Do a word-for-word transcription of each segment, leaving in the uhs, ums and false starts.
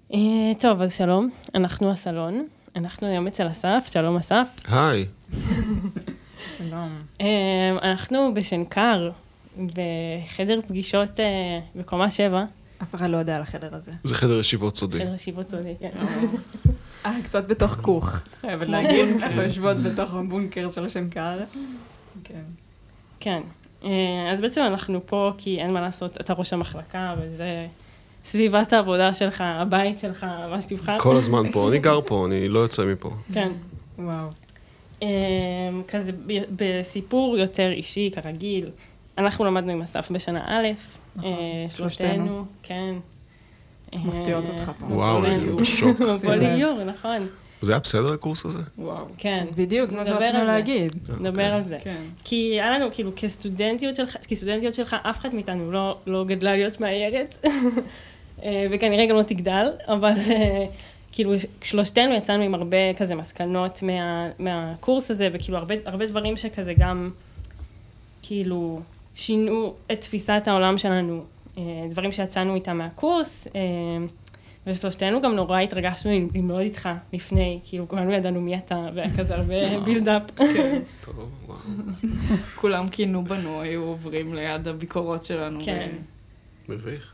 טוב, אז שלום, אנחנו הסלון, אנחנו היום אצל אסף, שלום אסף. היי. שלום. אנחנו בשנקר, בחדר פגישות בקומה שבע. אף אחד לא יודע על החדר הזה. זה חדר ישיבות סודי. חדר ישיבות סודי, כן. אה, קצת בתוך כוך, חייבת להגיד, אנחנו יושבות בתוך הבונקר של שנקר. כן. כן, אז בעצם אנחנו פה כי אין מה לעשות, אתה ראש המחלקה וזה סביבת העבודה שלך, הבית שלך, מה שתבחר. כל הזמן פה, אני גר פה, אני לא יוצא מפה. כן. וואו. כזה בסיפור יותר אישי, כרגיל, אנחנו למדנו עם אסף בשנה א', שלושתנו, כן. מפתיעות אותך פה. וואו, אני בשוק. מבוא לאיור, נכון. זה היה בסדר הקורס הזה? וואו. כן. אז בדיוק, זה מה נדבר שרצינו על זה. להגיד. נדבר על זה. כן. כי היה לנו, כאילו, כסטודנטיות שלך, כסטודנטיות שלך, אף אחד מאיתנו לא, לא גדלה להיות מאיירת, וכנראה גם לא תגדל, אבל כאילו, שלושתנו יצאנו עם הרבה כזה מסקנות מה, מהקורס הזה, וכאילו, הרבה, הרבה דברים שכזה גם, כאילו, שינו את תפיסת העולם שלנו, דברים שיצאנו איתם מהקורס, ושלושתנו גם נורא התרגשנו ללמוד איתך לפני, כאילו כולנו ידענו מי אתה, והיה כזה הרבה בילדאפ. כן. טוב, וואו. כולם כינו בנו, היו עוברים ליד הביקורות שלנו. כן. מביך.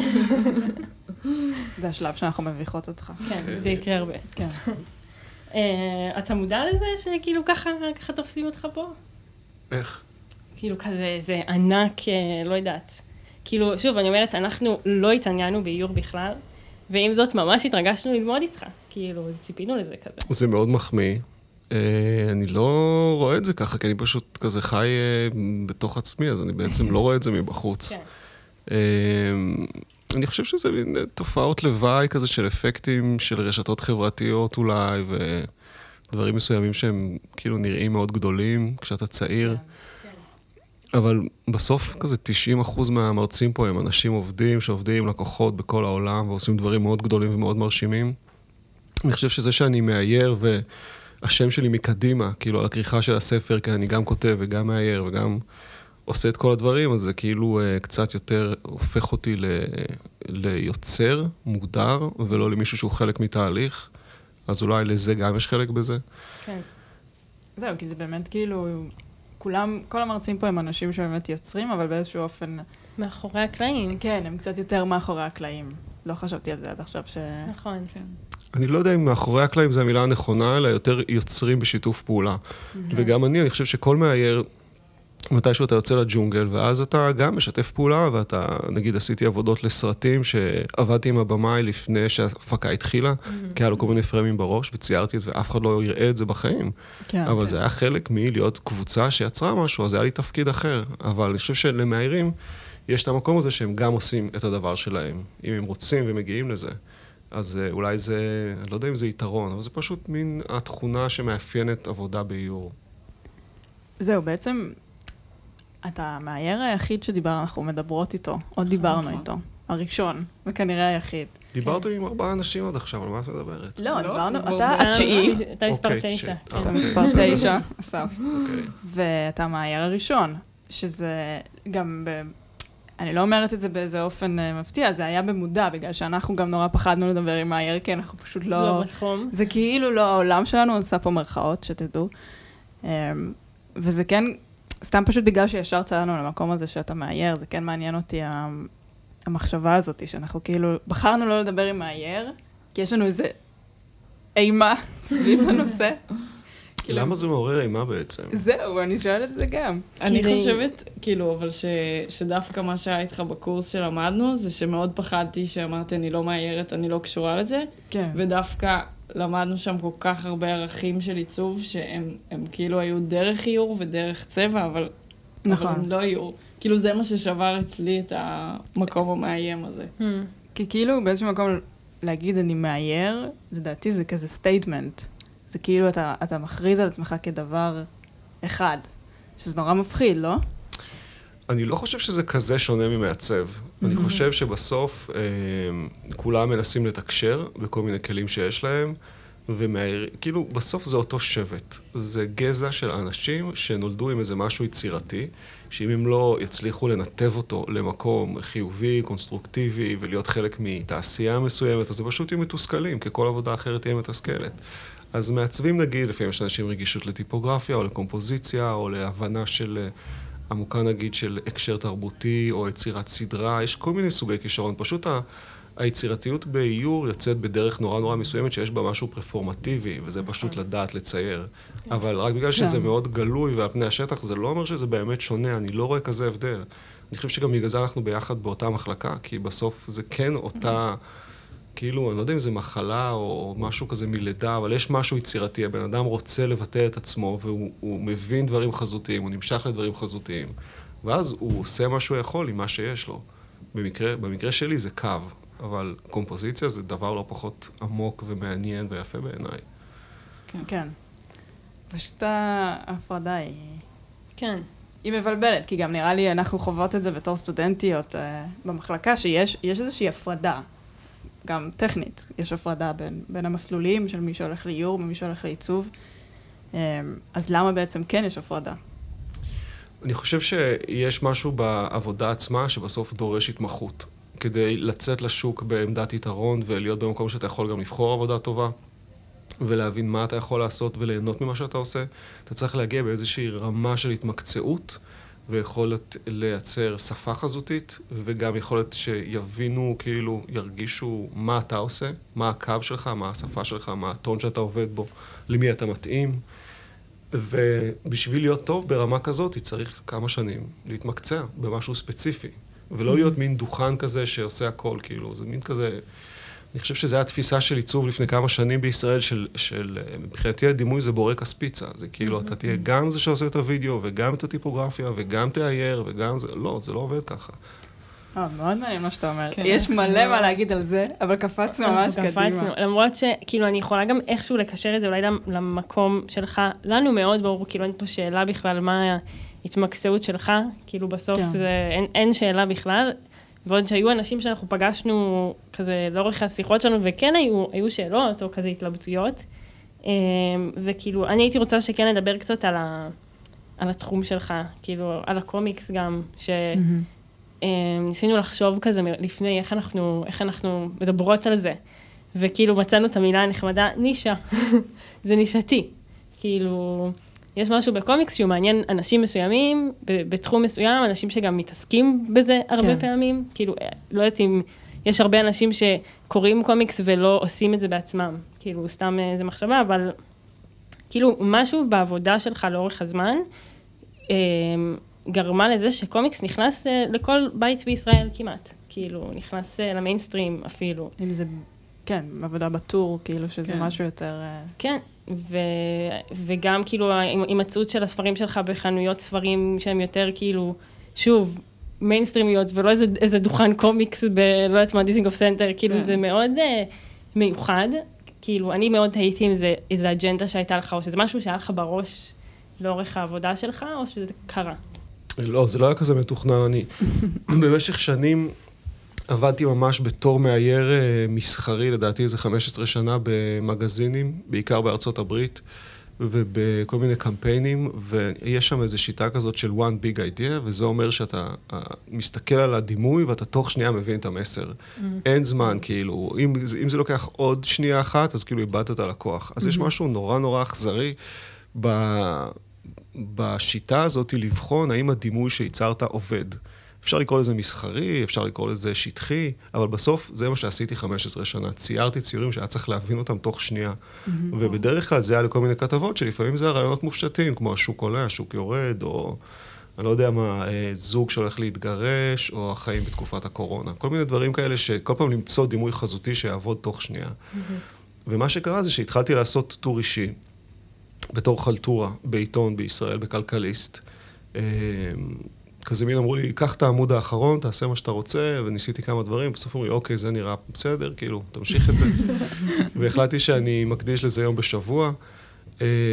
זה השלב שאנחנו מביכות אותך. כן, זה יקרה הרבה. כן. אתה מודע לזה שכאילו ככה תופסים אותך פה? איך? כאילו כזה, זה ענק, לא יודעת. כאילו, שוב, אני אומרת, אנחנו לא התעניינו באיור בכלל, ועם זאת ממש התרגשנו ללמוד איתך, כאילו, ציפינו לזה כזה. זה מאוד מחמיא. אני לא רואה את זה ככה, כי אני פשוט כזה חי בתוך עצמי, אז אני בעצם לא רואה את זה מבחוץ. כן. אני חושב שזה מין תופעות לוואי כזה של אפקטים של רשתות חברתיות אולי, ודברים מסוימים שהם כאילו נראים מאוד גדולים כשאתה צעיר. אבל בסוף כזה תשעים אחוז מהמרצים פה הם אנשים עובדים, שעובדים עם לקוחות בכל העולם, ועושים דברים מאוד גדולים ומאוד מרשימים. אני חושב שזה שאני מאייר, והשם שלי מקדימה, כאילו על הכריכה של הספר, כי אני גם כותב וגם מאייר וגם עושה את כל הדברים, אז זה כאילו קצת יותר הופך אותי ל... ליוצר מוגדר, ולא למישהו שהוא חלק מתהליך, אז אולי לזה גם יש חלק בזה. כן. זהו, כי זה באמת כאילו... כולם, כל המרצים פה הם אנשים שבאמת יוצרים, אבל באיזשהו אופן... מאחורי הקלעים. כן, הם קצת יותר מאחורי הקלעים. לא חשבתי על זה עד עכשיו ש... נכון. כן. אני לא יודע אם מאחורי הקלעים זה המילה הנכונה, אלא יותר יוצרים בשיתוף פעולה. וגם אני, אני חושב שכל מאייר, מתישהו אתה יוצא לג'ונגל, ואז אתה גם משתף פעולה, ואתה, נגיד, עשיתי עבודות לסרטים, שעבדתי עם הבמאי לפני שההפקה התחילה, כי היה לו כל מיני פרמים בראש, וציירתי את זה, ואף אחד לא יראה את זה בחיים. כן, אבל כן. זה היה חלק מלהיות קבוצה שיצרה משהו, אז זה היה לי תפקיד אחר. אבל אני חושב שלמאיירים, יש את המקום הזה שהם גם עושים את הדבר שלהם. אם הם רוצים ומגיעים לזה. אז אולי זה, אני לא יודע אם זה יתרון, אבל זה פשוט מין התכונה שמאפיינת עבודה באיור. זהו, בעצם... אתה המאייר היחיד שדיבר, אנחנו מדברות איתו, עוד דיברנו איתו, הראשון, וכנראה היחיד. דיברתם עם ארבעה אנשים עד עכשיו, על מה את מדברת? לא, דיברנו, אתה התשיעי, אתה מספר תשע. אתה מספר תשע, אסף, ואתה המאייר הראשון, שזה גם, אני לא אומרת את זה באיזה אופן מפתיע, זה היה במודע, בגלל שאנחנו גם נורא פחדנו לדבר עם מאייר, כי אנחנו פשוט לא... לא בתחום. זה כאילו לא העולם שלנו, עושה פה מרכאות, שתדעו. וזה כן... סתם פשוט בגלל שישר צלנו למקום הזה שאתה מאייר, זה כן מעניין אותי המחשבה הזאת, שאנחנו כאילו בחרנו לא לדבר עם מאייר, כי יש לנו איזה אימה סביב הנושא. למה זה מעורר אימה בעצם? זהו, אני שואלת את זה גם. אני חושבת, כאילו, אבל שדווקא מה שהיה איתך בקורס שלמדנו, זה שמאוד פחדתי שאמרתי, אני לא מאיירת, אני לא קשורה לזה, ודווקא למדנו שם כל כך הרבה ערכים של עיצוב, שהם כאילו היו דרך איור ודרך צבע, אבל הם לא איור. כאילו זה מה ששבר אצלי את המקום המאיים הזה. כי כאילו באיזשהו מקום להגיד אני מאייר, לדעתי זה כזה סטייטמנט. זה כאילו אתה, אתה מכריז על עצמך כדבר אחד, שזה נורא מפחיד, לא? אני לא חושב שזה כזה שונה ממעצב. אני חושב שבסוף כולם מנסים לתקשר בכל מיני כלים שיש להם, וכאילו, בסוף זה אותו שבט. זה גזע של אנשים שנולדו עם איזה משהו יצירתי, שאם הם לא יצליחו לנתב אותו למקום חיובי, קונסטרוקטיבי, ולהיות חלק מתעשייה מסוימת, אז זה פשוט יהיו מתוסכלים, כי כל עבודה אחרת תהיה מתסכלת. אז מעצבים נגיד, לפעמים יש אנשים רגישות לטיפוגרפיה, או לקומפוזיציה, או להבנה של עמוקה נגיד של הקשר תרבותי, או יצירת סדרה, יש כל מיני סוגי כישרון. פשוט ה... היצירתיות באיור יוצאת בדרך נורא נורא מסוימת שיש בה משהו פרפורמטיבי, וזה פשוט לדעת לצייר. אבל רק בגלל שזה מאוד גלוי ועל פני השטח, זה לא אומר שזה באמת שונה, אני לא רואה כזה הבדל. אני חושב שגם בגלל זה אנחנו ביחד באותה מחלקה, כי בסוף זה כן אותה, כאילו, אני לא יודע אם זה מחלה או משהו כזה מלידה, אבל יש משהו יצירתי, הבן אדם רוצה לבטא את עצמו, והוא מבין דברים חזותיים, הוא נמשך לדברים חזותיים, ואז הוא עושה מה שהוא יכול עם מה שיש לו. במקרה, במקרה שלי זה קו. אבל קומפוזיציה זה דבר לא פחות עמוק ומעניין ויפה בעיניי. כן. כן. פשוט ההפרדה היא... כן. היא מבלבלת, כי גם נראה לי אנחנו חוות את זה בתור סטודנטיות uh, במחלקה, שיש יש איזושהי הפרדה, גם טכנית. יש הפרדה בין, בין המסלולים של מי שהולך לאיור ומי שהולך לעיצוב. Um, אז למה בעצם כן יש הפרדה? אני חושב שיש משהו בעבודה עצמה שבסוף דורש התמחות. כדי לצאת לשוק בעמדת יתרון ולהיות במקום שאתה יכול גם לבחור עבודה טובה ולהבין מה אתה יכול לעשות וליהנות ממה שאתה עושה, אתה צריך להגיע באיזושהי רמה של התמקצעות ויכולת לייצר שפה חזותית וגם יכולת שיבינו, כאילו, ירגישו מה אתה עושה, מה הקו שלך, מה השפה שלך, מה הטון שאתה עובד בו, למי אתה מתאים. ובשביל להיות טוב ברמה כזאת, צריך כמה שנים להתמקצע במשהו ספציפי. ולא להיות מין דוכן כזה שעושה הכל, כאילו, זה מין כזה... אני חושב שזו התפיסה של עיצוב לפני כמה שנים בישראל, של, של מבחינתי הדימוי זה בורקס פיצה, זה כאילו, אתה תהיה גם זה שעושה את הוידאו, וגם את הטיפוגרפיה, וגם תאייר, וגם זה... לא, זה לא עובד ככה. אה, מאוד מעניין מה שאתה אומר. יש מלא מה להגיד על זה, אבל קפצנו ממש קדימה. למרות שכאילו אני יכולה גם איכשהו לקשר את זה אולי למקום שלך, לנו מאוד ברור, כאילו אין פה שאלה בכלל מה ההתמקצעות שלך, כאילו בסוף זה, אין, אין שאלה בכלל, ועוד שהיו אנשים שאנחנו פגשנו כזה לאורך השיחות שלנו, וכן היו, היו שאלות או כזה התלבטויות, וכאילו אני הייתי רוצה שכן נדבר קצת על, ה, על התחום שלך, כאילו על הקומיקס גם, ש... ניסינו לחשוב כזה לפני איך אנחנו, איך אנחנו מדברות על זה, וכאילו מצאנו את המילה הנחמדה, נישה. זה נישתי. כאילו, יש משהו בקומיקס שהוא מעניין אנשים מסוימים, בתחום מסוים, אנשים שגם מתעסקים בזה הרבה כן. פעמים. כאילו, לא יודעת אם יש הרבה אנשים שקוראים קומיקס ולא עושים את זה בעצמם. כאילו, סתם איזה מחשבה, אבל כאילו, משהו בעבודה שלך לאורך הזמן, גרמה לזה שקומיקס נכנס לכל בית בישראל כמעט, כאילו, נכנס למיינסטרים אפילו. אם זה, כן, עבודה בטור, כאילו, שזה כן. משהו יותר... כן, ו, וגם כאילו, ההימצאות של הספרים שלך בחנויות ספרים שהם יותר כאילו, שוב, מיינסטרימיות, ולא איזה, איזה דוכן קומיקס ב, לא יודעת מה, דיזינגוף סנטר, כאילו, כן. זה מאוד uh, מיוחד, כאילו, אני מאוד הייתי עם זה, איזו אג'נדה שהייתה לך, או שזה משהו שהיה לך בראש לאורך העבודה שלך, או שזה קרה? לא, זה לא היה כזה מתוכנן. אני במשך שנים עבדתי ממש בתור מאייר מסחרי, לדעתי איזה חמש עשרה שנה במגזינים, בעיקר בארצות הברית, ובכל מיני קמפיינים, ויש שם איזו שיטה כזאת של one big idea, וזה אומר שאתה מסתכל על הדימוי, ואתה תוך שנייה מבין את המסר. אין זמן, כאילו, אם, אם זה לוקח עוד שנייה אחת, אז כאילו איבדת את הלקוח. אז יש משהו נורא נורא אכזרי ב... בשיטה הזאת לבחון האם הדימוי שייצרת עובד. אפשר לקרוא לזה מסחרי, אפשר לקרוא לזה שטחי, אבל בסוף זה מה שעשיתי חמש עשרה שנה. ציירתי ציורים שהיה צריך להבין אותם תוך שנייה. Mm-hmm. ובדרך כלל זה היה לכל מיני כתבות, שלפעמים זה הרעיונות מופשטים, כמו השוק עולה, השוק יורד, או אני לא יודע מה, זוג שהולך להתגרש, או החיים בתקופת הקורונה. כל מיני דברים כאלה שכל פעם למצוא דימוי חזותי שיעבוד תוך שנייה. Mm-hmm. ומה שקרה זה שהתחלתי לעשות טור אישי, בתור חלטורה, בעיתון בישראל, בכלכליסט. כזה מין אמרו לי, קח את העמוד האחרון, תעשה מה שאתה רוצה, וניסיתי כמה דברים, בסוף אמרו לי, אוקיי, זה נראה בסדר, כאילו, תמשיך את זה. והחלטתי שאני מקדיש לזה יום בשבוע.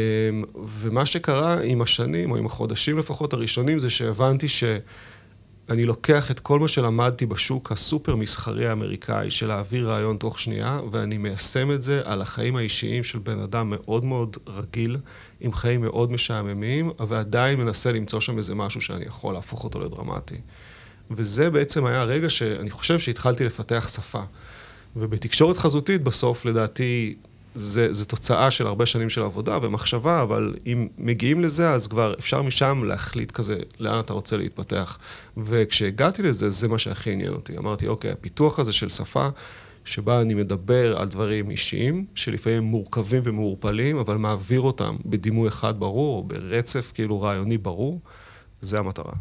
ומה שקרה עם השנים, או עם החודשים לפחות הראשונים, זה שהבנתי ש... אני לוקח את כל מה שלמדתי בשוק הסופר מסחרי האמריקאי, של להעביר רעיון תוך שנייה, ואני מיישם את זה על החיים האישיים של בן אדם מאוד מאוד רגיל, עם חיים מאוד משעממים, ועדיין מנסה למצוא שם איזה משהו שאני יכול להפוך אותו לדרמטי. וזה בעצם היה הרגע שאני חושב שהתחלתי לפתח שפה. ובתקשורת חזותית בסוף, לדעתי, זה, זה תוצאה של הרבה שנים של עבודה ומחשבה, אבל אם מגיעים לזה, אז כבר אפשר משם להחליט כזה, לאן אתה רוצה להתפתח. וכשהגעתי לזה, זה מה שהכי עניין אותי. אמרתי, אוקיי, הפיתוח הזה של שפה, שבה אני מדבר על דברים אישיים, שלפעמים מורכבים ומעורפלים, אבל מעביר אותם בדימוי אחד ברור, או ברצף כאילו רעיוני ברור, זה המטרה.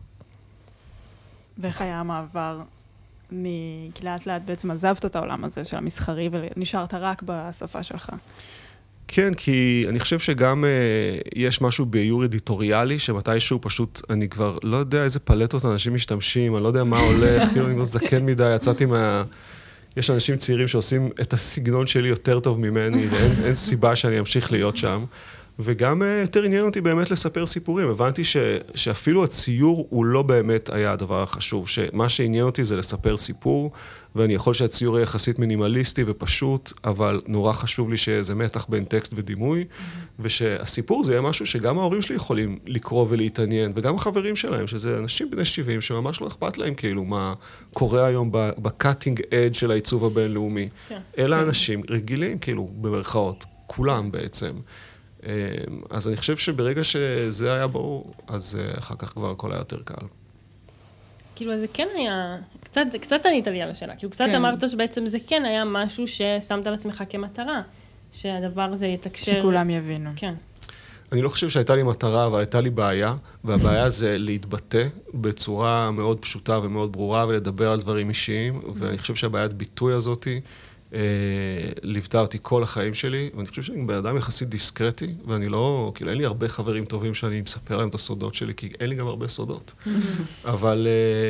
ואיך היה המעבר כי לאט לאט בעצם עזבת את העולם הזה של המסחרי ונשארת רק בשפה שלך? כן, כי אני חושב שגם uh, יש משהו באיור אדיטוריאלי, שמתישהו פשוט, אני כבר לא יודע איזה פלטות אנשים משתמשים, אני לא יודע מה הולך, כאילו אני כבר זקן מדי, יצאתי מה... יש אנשים צעירים שעושים את הסגנון שלי יותר טוב ממני, ואין אין סיבה שאני אמשיך להיות שם. וגם יותר עניין אותי באמת לספר סיפורים. הבנתי ש, שאפילו הציור הוא לא באמת היה הדבר החשוב, שמה שעניין אותי זה לספר סיפור, ואני יכול שהציור יהיה יחסית מינימליסטי ופשוט, אבל נורא חשוב לי שזה מתח בין טקסט ודימוי, ושהסיפור זה יהיה משהו שגם ההורים שלי יכולים לקרוא ולהתעניין, וגם החברים שלהם, שזה אנשים בני שבעים שממש לא אכפת להם כאילו מה קורה היום בקאטינג אדג' של העיצוב הבינלאומי. אלה אנשים רגילים כאילו במרכאות, כולם בעצם. אז אני חושב שברגע שזה היה ברור, אז אחר כך כבר הכל היה יותר קל. כאילו, זה כן היה, קצת, קצת ענית לי על השאלה, כאילו, קצת אמרת שבעצם זה כן היה משהו ששמת על עצמך כמטרה, שהדבר הזה יתקשר... שכולם יבינו. כן. אני לא חושב שהייתה לי מטרה, אבל הייתה לי בעיה, והבעיה זה להתבטא בצורה מאוד פשוטה ומאוד ברורה, ולדבר על דברים אישיים, ואני חושב שהבעיית ביטוי הזאת היא, ליוותה אותי כל החיים שלי, ואני חושב שאני בן אדם יחסית דיסקרטי, ואני לא, כאילו אין לי הרבה חברים טובים שאני מספר להם את הסודות שלי, כי אין לי גם הרבה סודות. אבל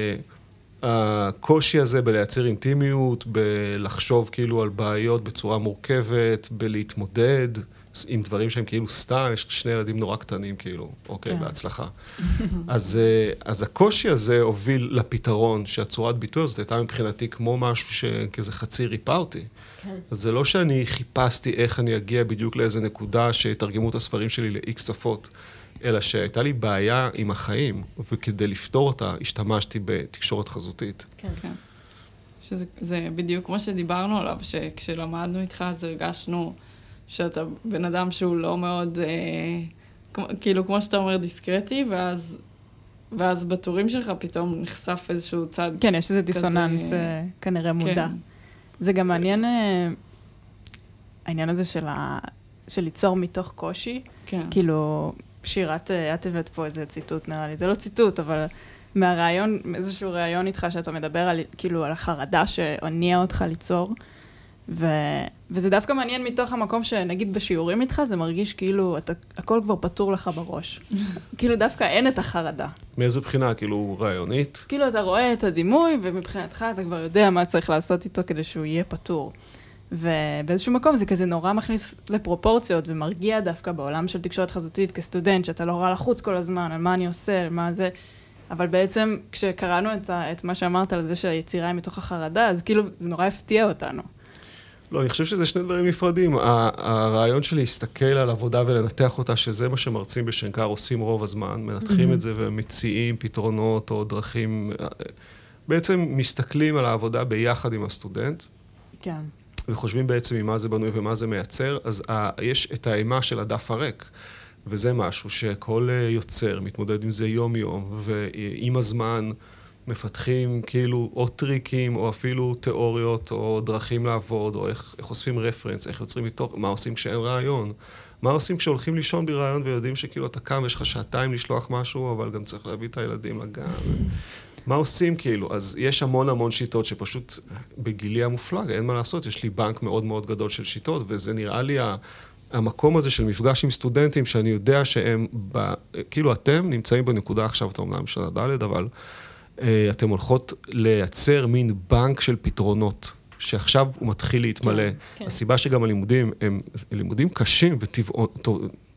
הקושי הזה בלייצר אינטימיות, בלחשוב כאילו על בעיות בצורה מורכבת, בלהתמודד עם דברים שהם כאילו סתם, יש שני ילדים נורא קטנים כאילו, אוקיי, בהצלחה. אז, אז הקושי הזה הוביל לפתרון שהצורת ביטוי הזאת הייתה מבחינתי כמו משהו שכזה חצי ריפה אותי. אז זה לא שאני חיפשתי איך אני אגיע בדיוק לאיזה נקודה שתרגמו את הספרים שלי לאיקס שפות, אלא שהייתה לי בעיה עם החיים, וכדי לפתור אותה השתמשתי בתקשורת חזותית. כן, כן. שזה, זה בדיוק כמו שדיברנו עליו, שכשלמדנו איתך אז הרגשנו שאתה בן אדם שהוא לא מאוד, אה, כאילו כמו שאתה אומר דיסקרטי, ואז, ואז בטורים שלך פתאום נחשף איזשהו צד. כן, יש איזה דיסוננס כזה... כנראה מודע. כן. זה גם מעניין, העניין הזה של, ה... של ליצור מתוך קושי, כן. כאילו, שירת, את הבאת פה איזה ציטוט נראה לי, זה לא ציטוט, אבל מהרעיון, איזשהו רעיון איתך שאתה מדבר על, כאילו, על החרדה שהניעה אותך ליצור, ו... וזה דווקא מעניין מתוך המקום שנגיד בשיעורים איתך, זה מרגיש כאילו אתה, הכל כבר פתור לך בראש. כאילו דווקא אין את החרדה. מאיזו בחינה? כאילו רעיונית? כאילו אתה רואה את הדימוי, ומבחינתך אתה כבר יודע מה צריך לעשות איתו כדי שהוא יהיה פתור. ובאיזשהו מקום זה כזה נורא מכניס לפרופורציות, ומרגיע דווקא בעולם של תקשורת חזותית כסטודנט, שאתה לא רואה לחוץ כל הזמן, על מה אני עושה, על מה זה. אבל בעצם כשקראנו את, ה... את מה שאמרת על זה שהיצירה היא מתוך החרדה, אז כאילו זה נורא הפתיע אותנו. לא, אני חושב שזה שני דברים נפרדים. הרעיון שלי להסתכל על עבודה ולנתח אותה, שזה מה שמרצים בשנקר עושים רוב הזמן, מנתחים את זה ומציעים פתרונות או דרכים, בעצם מסתכלים על העבודה ביחד עם הסטודנט, כן. וחושבים בעצם ממה זה בנוי ומה זה מייצר, אז יש את האימה של הדף הריק, וזה משהו שכל יוצר מתמודד עם זה יום-יום, ועם הזמן מפתחים כאילו או טריקים, או אפילו תיאוריות, או דרכים לעבוד, או איך, איך אוספים רפרנס, איך יוצרים מתוך, מה עושים כשאין רעיון, מה עושים כשהולכים לישון ברעיון, ויודעים שכאילו אתה קם, יש לך שעתיים לשלוח משהו, אבל גם צריך להביא את הילדים לגן. מה עושים כאילו? אז יש המון המון שיטות שפשוט בגילי המופלג, אין מה לעשות, יש לי בנק מאוד מאוד גדול של שיטות, וזה נראה לי המקום הזה של מפגש עם סטודנטים, שאני יודע שהם, ב, כאילו אתם נמצאים בנקודה עכשיו, אתה אומנם שנה ד', אבל אתם הולכות לייצר מין בנק של פתרונות, שעכשיו הוא מתחיל להתמלא. כן, כן. הסיבה שגם הלימודים הם לימודים קשים וטבעונים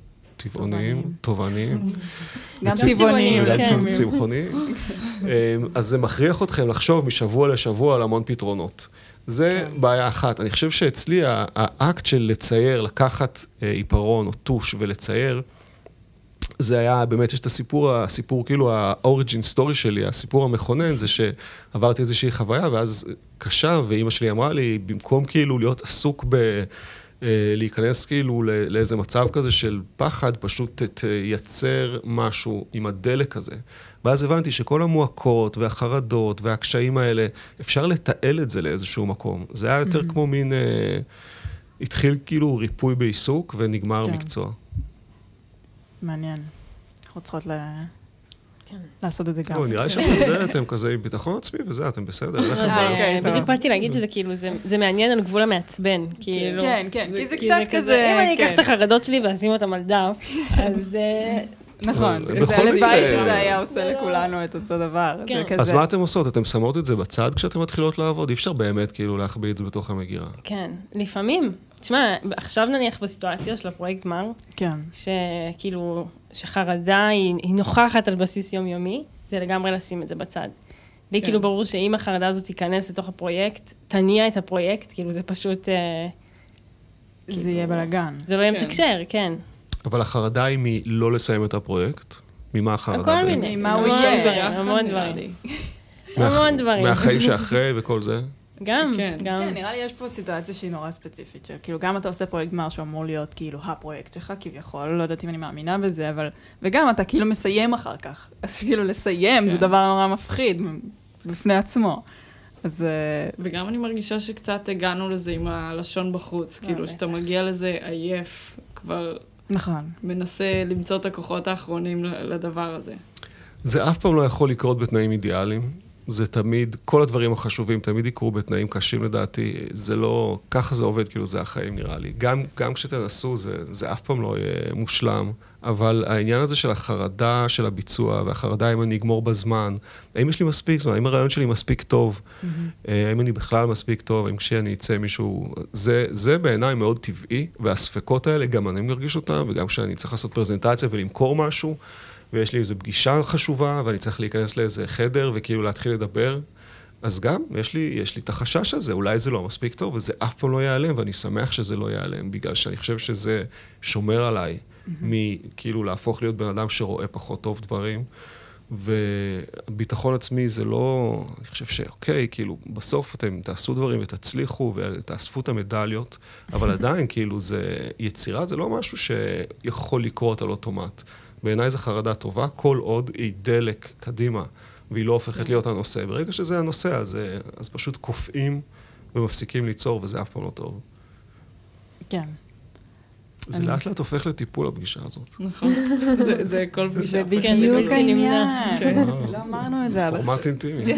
טבעוניים, תובעניים. גם טבעוניים. אולי צמחוניים. אז זה מכריח אתכם לחשוב משבוע לשבוע על המון פתרונות. זה בעיה אחת. אני חושב שאצלי האקט של לצייר, לקחת עיפרון או טוש ולצייר, זה היה, באמת יש את הסיפור, הסיפור כאילו ה-origin story שלי, הסיפור המכונן, זה שעברתי איזושהי חוויה, ואז קשה, ואמא שלי אמרה לי, במקום כאילו להיות עסוק ב... להיכנס כאילו לאיזה מצב כזה של פחד, פשוט תייצר משהו עם הדלק הזה. ואז הבנתי שכל המועקות והחרדות והקשיים האלה, אפשר לתעל את זה לאיזשהו מקום. זה היה יותר כמו מין, התחיל כאילו ריפוי בעיסוק ונגמר מקצוע. מעניין. אנחנו צריכות לעשות את זה גם. נראה לי שאתם כזה עם ביטחון עצמי וזה, אתם בסדר. בדיוק באתי להגיד שזה כאילו, זה מעניין על גבול המעצבן. כן, כן, כי זה קצת כזה... אם אני אקח את החרדות שלי ואשים אותם על דף, אז... נכון, זה הלוואי שזה היה עושה לכולנו את אותו דבר. אז מה אתם עושות? אתם שמות את זה בצד כשאתם מתחילות לעבוד? אי אפשר באמת כאילו להחביא את זה בתוך המגירה. כן, לפעמים. תשמע, עכשיו נניח בסיטואציה של הפרויקט מר, כן. שכאילו, שחרדה היא נוכחת על בסיס יומיומי, זה לגמרי לשים את זה בצד. לי כאילו ברור שאם החרדה הזאת תיכנס לתוך הפרויקט, תניע את הפרויקט, כאילו זה פשוט... זה יהיה בלגן. זה לא יהיה מתקשר, כן. אבל החרדה היא מלא לסיים את הפרויקט? ממה החרדה? הכל מיני, מה הוא יהיה, המון דברים. המון דברים. מהחיים שאחרי וכל זה? גם, גם. כן, נראה לי יש פה סיטואציה שהיא נורא ספציפית, כאילו גם אתה עושה פרויקט מר שהוא אמור להיות כאילו הפרויקט שלך כביכול, לא יודעת אם אני מאמינה בזה, אבל, וגם אתה כאילו מסיים אחר כך, אז כאילו לסיים זה דבר נורא מפחיד בפני עצמו. אז... וגם אני מרגישה שקצת הגענו לזה עם הלשון בחוץ, כאילו שאתה מגיע לזה עייף, כבר נכון. מנסה למצוא את הכוחות האחרונים לדבר הזה. זה אף פעם לא יכול לקרות בתנאים אידיאליים. זה תמיד, כל הדברים החשובים תמיד יקרו בתנאים קשים לדעתי. זה לא, ככה זה עובד, כאילו זה החיים נראה לי. גם, גם כשתנסו, זה, זה אף פעם לא יהיה מושלם. אבל העניין הזה של החרדה של הביצוע, והחרדה אם אני אגמור בזמן, האם יש לי מספיק זמן, האם הרעיון שלי מספיק טוב, mm-hmm. האם אני בכלל מספיק טוב, האם כשאני אצא מישהו, זה, זה בעיניי מאוד טבעי, והספקות האלה גם אני מרגיש אותם, וגם כשאני צריך לעשות פרזנטציה ולמכור משהו, ויש לי איזו פגישה חשובה, ואני צריך להיכנס לאיזה חדר, וכאילו להתחיל לדבר, אז גם יש לי, יש לי את החשש הזה, אולי זה לא מספיק טוב, וזה אף פעם לא ייעלם, ואני שמח שזה לא ייעלם, בגלל שאני חושב שזה שומר עליי, מכאילו להפוך להיות בן אדם שרואה פחות טוב דברים, וביטחון עצמי זה לא, אני חושב שאוקיי, כאילו בסוף אתם תעשו דברים ותצליחו ותאספו את המדליות, אבל עדיין כאילו זה, יצירה זה לא משהו שיכול לקרות על אוטומט. בעיניי זו חרדה טובה, כל עוד היא דלק קדימה, והיא לא הופכת להיות הנושא. ברגע שזה הנושא, אז, אז פשוט קופאים ומפסיקים ליצור, וזה אף פעם לא טוב. כן. זה לאט לאט הופך לטיפול הפגישה הזאת. נכון. זה כל פגישה. זה בדיוק העניין. לא אמרנו את זה. פורמט אינטימי.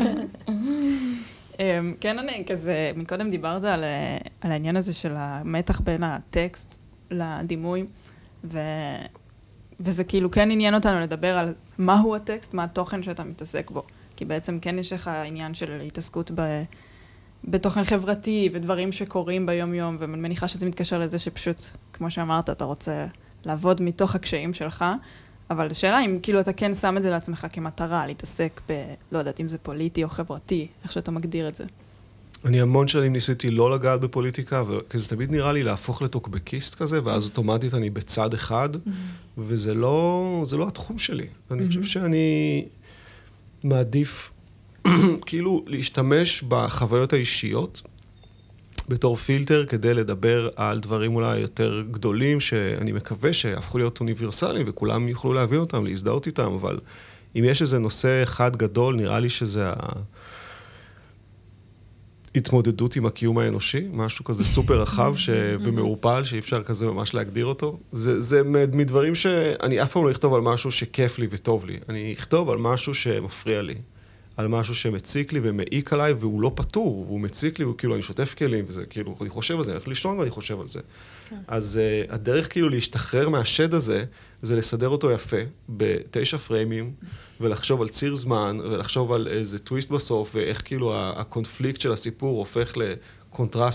כן, אני כזה, מקודם דיברת על העניין הזה של המתח בין הטקסט לדימוי, ו... וזה כאילו כן עניין אותנו לדבר על מהו הטקסט, מה התוכן שאתה מתעסק בו. כי בעצם כן יש לך עניין של התעסקות ב... בתוכן חברתי ודברים שקורים ביום-יום, ואני מניחה שזה מתקשר לזה שפשוט, כמו שאמרת, אתה רוצה לעבוד מתוך הקשיים שלך, אבל השאלה אם כאילו אתה כן שם את זה לעצמך כמטרה, להתעסק ב... לא יודעת אם זה פוליטי או חברתי, איך שאתה מגדיר את זה. אני המון שנים ניסיתי לא לגעת בפוליטיקה, כי זה תמיד נראה לי להפוך לטוקבקיסט כזה, ואז אוטומטית אני בצד אחד, וזה לא, זה לא התחום שלי. אני חושב שאני מעדיף כאילו להשתמש בחוויות האישיות, בתור פילטר, כדי לדבר על דברים אולי יותר גדולים, שאני מקווה שיהפכו להיות אוניברסליים, וכולם יוכלו להבין אותם, להזדהות איתם, אבל אם יש איזה נושא אחד גדול, נראה לי שזה ה... התמודדות עם הקיום האנושי, משהו כזה סופר רחב ש... ומעורפל, שאי אפשר כזה ממש להגדיר אותו. זה, זה מדברים שאני אף פעם לא אכתוב על משהו שכיף לי וטוב לי. אני אכתוב על משהו שמפריע לי, על משהו שמציק לי ומעיק עליי, והוא לא פתור, והוא מציק לי, וכאילו אני שוטף כלים, וזה כאילו, אני חושב על זה, אני הולך לישון ואני חושב על זה. אז uh, הדרך כאילו להשתחרר מהשד הזה, זה לסדר אותו יפה, בתשע פריימים, ולחשוב על ציר זמן, ולחשוב על איזה טוויסט בסוף, ואיך כאילו הקונפליקט של הסיפור הופך לקונטרסט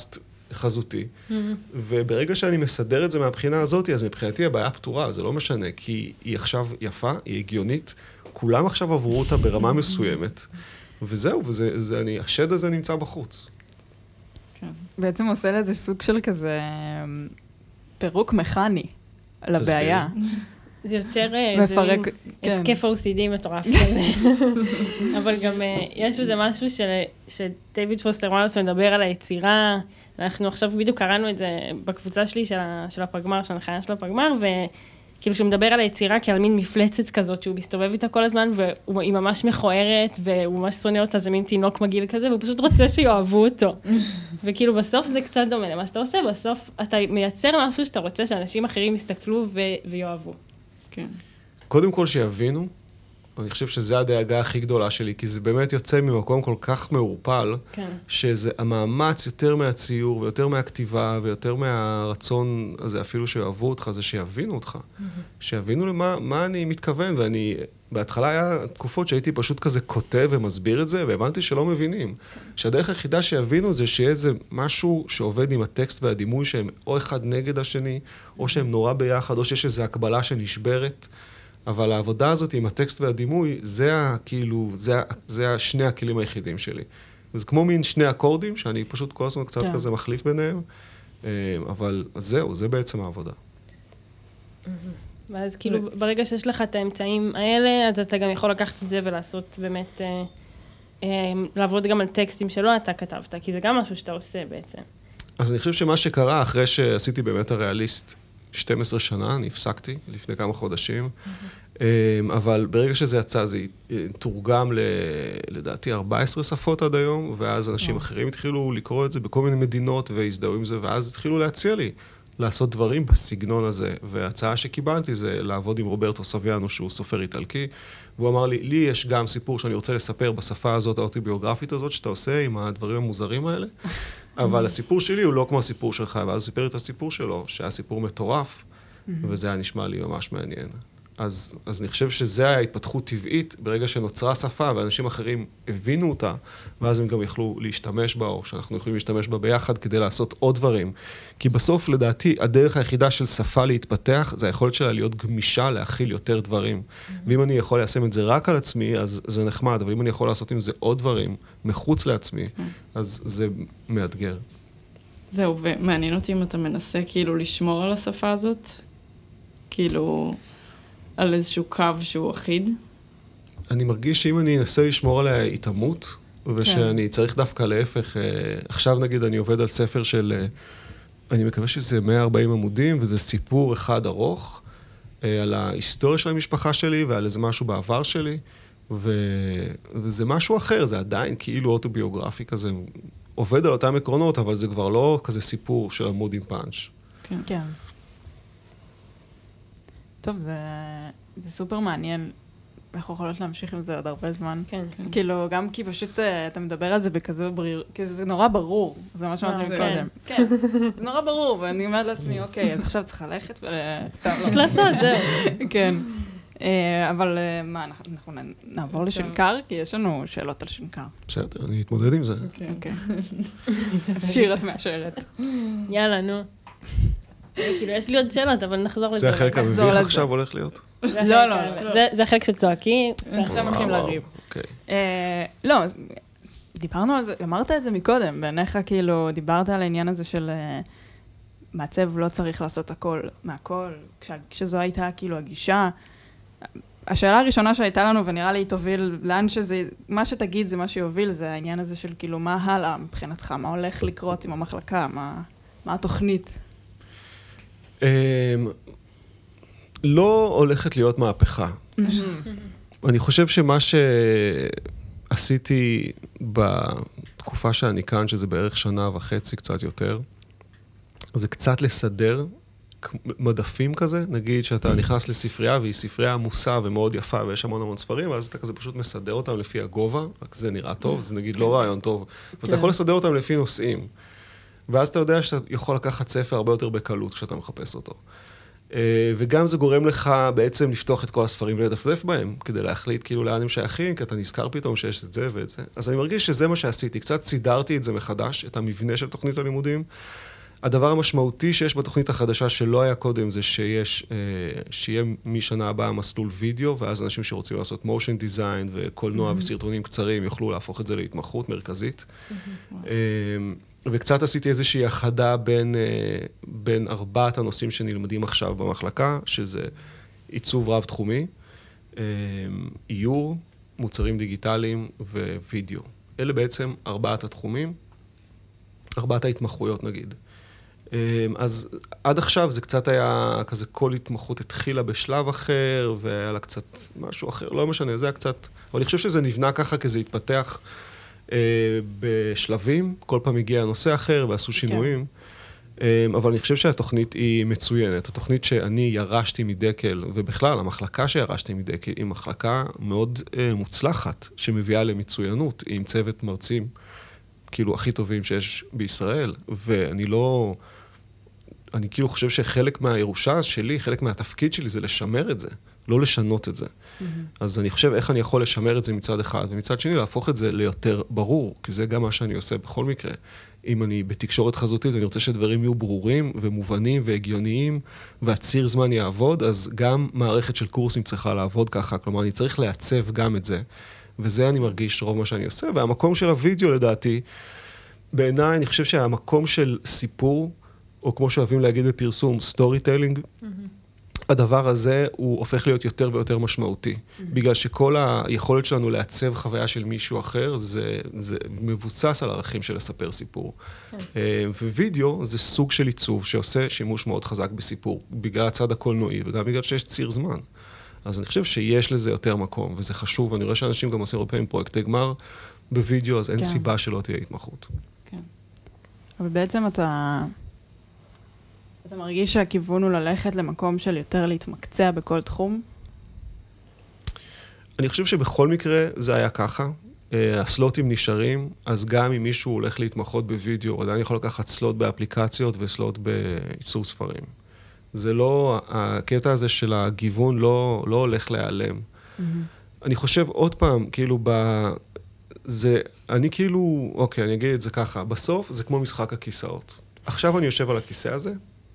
חזותי, וברגע שאני מסדר את זה מהבחינה הזאת, אז מבחינתי הבעיה פתורה, זה לא משנה, כי היא עכשיו יפה, היא הגיונית, כולם עכשיו עברו אותה ברמה מסוימת, וזהו, וזה, זה, אני, השד הזה נמצא בחוץ. בעצם עושה לזה סוג של כזה פירוק מכני לבעיה. זה יותר... מפרק, כן. התקף או סי די מטורף כזה. אבל גם יש בזה משהו שדייוויד פוסטר וואלאס מדבר על היצירה. אנחנו עכשיו בדיוק קראנו את זה בקבוצה שלי של הפגמר, של הנחיה של הפגמר, וכאילו שהוא מדבר על היצירה כעל מין מפלצת כזאת, שהוא מסתובב איתה כל הזמן, והיא ממש מכוערת, והוא ממש שונא אותה, זה מין תינוק מגעיל כזה, והוא פשוט רוצה שיאהבו אותו. וכאילו בסוף זה קצת דומה למה שאתה עושה, בסוף אתה מייצר משהו שאתה רוצה שאנשים אחרים יסתכלו ויאהבו. כן. קודם כל שיבינו, אני חושב שזה הדאגה הכי גדולה שלי, כי זה באמת יוצא ממקום כל כך מעורפל, כן. שזה המאמץ יותר מהציור, ויותר מהכתיבה, ויותר מהרצון הזה, אפילו שאוהבו אותך, זה שיבינו אותך. Mm-hmm. שיבינו למה מה אני מתכוון, ואני, בהתחלה היה תקופות שהייתי פשוט כזה כותב ומסביר את זה, והבנתי שלא מבינים. שהדרך היחידה שיבינו זה שיהיה איזה משהו שעובד עם הטקסט והדימוי, שהם או אחד נגד השני, או שהם נורא ביחד, או שיש איזו הקבלה שנשברת. אבל העבודה הזאת עם הטקסט והדימוי, זה כאילו, זה, זה שני הכלים היחידים שלי. וזה כמו מין שני אקורדים, שאני פשוט כל הזמן קצת כזה מחליף ביניהם, אבל זהו, זה בעצם העבודה. ואז כאילו, ברגע שיש לך את האמצעים האלה, אז אתה גם יכול לקחת את זה ולעשות באמת, לעבוד גם על טקסטים שלא אתה כתבת, כי זה גם משהו שאתה עושה בעצם. אז אני חושב שמה שקרה, אחרי שעשיתי באמת הריאליסט, שתים עשרה שנה, אני הפסקתי לפני כמה חודשים, אבל ברגע שזה יצא, זה תורגם לדעתי ארבע עשרה שפות עד היום, ואז אנשים אחרים התחילו לקרוא את זה בכל מיני מדינות והזדהו עם זה, ואז התחילו להציע לי לעשות דברים בסגנון הזה, וההצעה שקיבלתי זה לעבוד עם רוברטו סביאנו, שהוא סופר איטלקי, והוא אמר לי, לי יש גם סיפור שאני רוצה לספר בשפה הזאת, האוטוביוגרפית הזאת, שאתה עושה עם הדברים המוזרים האלה, אבל הסיפור שלי הוא לא כמו הסיפור שלך, ואז הוא סיפר את הסיפור שלו, שהיה סיפור מטורף, וזה היה נשמע לי ממש מעניין. אז, אז אני חושב שזה היה התפתחות טבעית, ברגע שנוצרה שפה, ואנשים אחרים הבינו אותה, ואז הם גם יכלו להשתמש בה, או שאנחנו יכולים להשתמש בה ביחד, כדי לעשות עוד דברים. כי בסוף, לדעתי, הדרך היחידה של שפה להתפתח, זה היכולת שלה להיות גמישה, להכיל יותר דברים. ואם אני יכול ליישם את זה רק על עצמי, אז זה נחמד, אבל אם אני יכול לעשות עם זה עוד דברים, מחוץ לעצמי, אז זה מאתגר. זהו, ומעניין אותי אם אתה מנסה כאילו לשמור על השפה הזאת, כאילו על איזשהו קו שהוא אחיד. אני מרגיש שאם אני אנסה לשמור עליה התאמות, ושאני צריך דווקא להפך, עכשיו נגיד אני עובד על ספר של, אני מקווה שזה מאה וארבעים עמודים, וזה סיפור אחד ארוך, על ההיסטוריה של המשפחה שלי, ועל איזה משהו בעבר שלי, ו... וזה משהו אחר, זה עדיין כאילו אוטוביוגרפי כזה, עובד על אותם עקרונות, אבל זה כבר לא כזה סיפור של עמוד עם פאנץ'. כן. כן. טוב, זה, זה סופר מעניין. אנחנו יכולות להמשיך עם זה עוד הרבה זמן. כן. כאילו, גם כי פשוט אתה מדבר על זה בכזה ברור, כי זה נורא ברור. זה מה שאמרתי קודם. כן. זה נורא ברור, ואני אומרת לעצמי, אוקיי, אז עכשיו צריך ללכת ולסתם. פשוט לעשות, זהו. כן. אבל מה, אנחנו נעבור לשנקר, כי יש לנו שאלות על שנקר. בסדר, אני אתמודד עם זה. אוקיי. שיר את מאשרת. יאללה, נו. כאילו, יש לי עוד שאלות, אבל נחזור לזה. זה החלק המביך עכשיו הולך להיות? לא, לא. זה החלק שצועקים. עכשיו מתחילים לריב. לא, דיברנו על זה, אמרת את זה מקודם, בעיניך כאילו, דיברת על העניין הזה של מעצב לא צריך לעשות הכל מהכל, כשזו הייתה כאילו הגישה. השאלה הראשונה שהייתה לנו, ונראה לי תוביל לאן שזה, מה שתגיד זה מה שיוביל, זה העניין הזה של כאילו, מה הלאה מבחינתך, מה הולך לקרות עם המחלקה, מה התוכנית? לא הולכת להיות מהפכה. אני חושב שמה שעשיתי בתקופה שאני כאן, שזה בערך שנה וחצי, קצת יותר, זה קצת לסדר מדפים כזה, נגיד שאתה נכנס לספרייה, והיא ספרייה עמוסה ומאוד יפה, ויש המון המון ספרים, ואז אתה כזה פשוט מסדר אותם לפי הגובה, רק זה נראה טוב, זה נגיד לא רעיון טוב, ואתה יכול לסדר אותם לפי נושאים. ואז אתה יודע שאתה יכול לקחת ספר הרבה יותר בקלות כשאתה מחפש אותו. וגם זה גורם לך בעצם לפתוח את כל הספרים ולדפדף בהם, כדי להחליט כאילו לאן הם שייכים, כי אתה נזכר פתאום שיש את זה ואת זה. אז אני מרגיש שזה מה שעשיתי, קצת סידרתי את זה מחדש, את המבנה של תוכנית הלימודים. הדבר המשמעותי שיש בתוכנית החדשה שלא היה קודם, זה שיש, שיהיה משנה הבאה מסלול וידאו, ואז אנשים שרוצים לעשות motion design וקולנוע וסרטונים קצרים, יוכלו להפוך את זה להתמחות מרכזית. וקצת עשיתי איזושהי החדה בין, בין ארבעת הנושאים שנלמדים עכשיו במחלקה, שזה עיצוב רב-תחומי, איור, מוצרים דיגיטליים ווידאו. אלה בעצם ארבעת התחומים, ארבעת ההתמחויות נגיד. אז עד עכשיו זה קצת היה כזה, כל התמחות התחילה בשלב אחר, והיה לה קצת משהו אחר, לא משנה, זה היה קצת, אבל אני חושב שזה נבנה ככה, כי זה התפתח בשלבים, כל פעם הגיע נושא אחר ועשו שינויים, אבל אני חושב שהתוכנית היא מצוינת. התוכנית שאני ירשתי מדקל, ובכלל, המחלקה שירשתי מדקל, היא מחלקה מאוד מוצלחת, שמביאה למצוינות, עם צוות מרצים, כאילו הכי טובים שיש בישראל, ואני לא, אני כאילו חושב שחלק מהירושה שלי, חלק מהתפקיד שלי זה לשמר את זה, לא לשנות את זה. Mm-hmm. אז אני חושב איך אני יכול לשמר את זה מצד אחד, ומצד שני להפוך את זה ליותר ברור, כי זה גם מה שאני עושה בכל מקרה. אם אני בתקשורת חזותית, אני רוצה שדברים יהיו ברורים ומובנים והגיוניים, והציר זמן יעבוד, אז גם מערכת של קורסים צריכה לעבוד ככה, כלומר אני צריך לעצב גם את זה. וזה אני מרגיש רוב מה שאני עושה, והמקום של הוידאו לדעתי, בעיניי אני חושב שהמקום של סיפור, או כמו שאוהבים להגיד בפרסום, סטורי טיילינג, mm-hmm. הדבר הזה הוא הופך להיות יותר ויותר משמעותי, mm-hmm. בגלל שכל היכולת שלנו לעצב חוויה של מישהו אחר, זה, זה מבוסס על ערכים של לספר סיפור. Okay. ווידאו זה סוג של עיצוב שעושה שימוש מאוד חזק בסיפור, בגלל הצד הקולנועי, וגם בגלל שיש ציר זמן. אז אני חושב שיש לזה יותר מקום, וזה חשוב, ואני רואה שאנשים גם עושים הרבה פעמים פרויקטי גמר בווידאו, אז אין כן. סיבה שלא תהיה התמחות. כן. אבל בעצם אתה, אתה מרגיש שהכיוון הוא ללכת למקום של יותר להתמקצע בכל תחום? אני חושב שבכל מקרה זה היה ככה. הסלוטים נשארים, אז גם אם מישהו הולך להתמחות בווידאו, עדיין יכול לקחת סלוט באפליקציות וסלוט בעיצוב ספרים. זה לא, הקטע הזה של הגיוון לא, לא הולך להיעלם. Mm-hmm. אני חושב עוד פעם, כאילו, ב... זה, אני כאילו, אוקיי, אני אגיד את זה ככה, בסוף זה כמו משחק הכיסאות. עכשיו אני יושב על הכיסא הזה,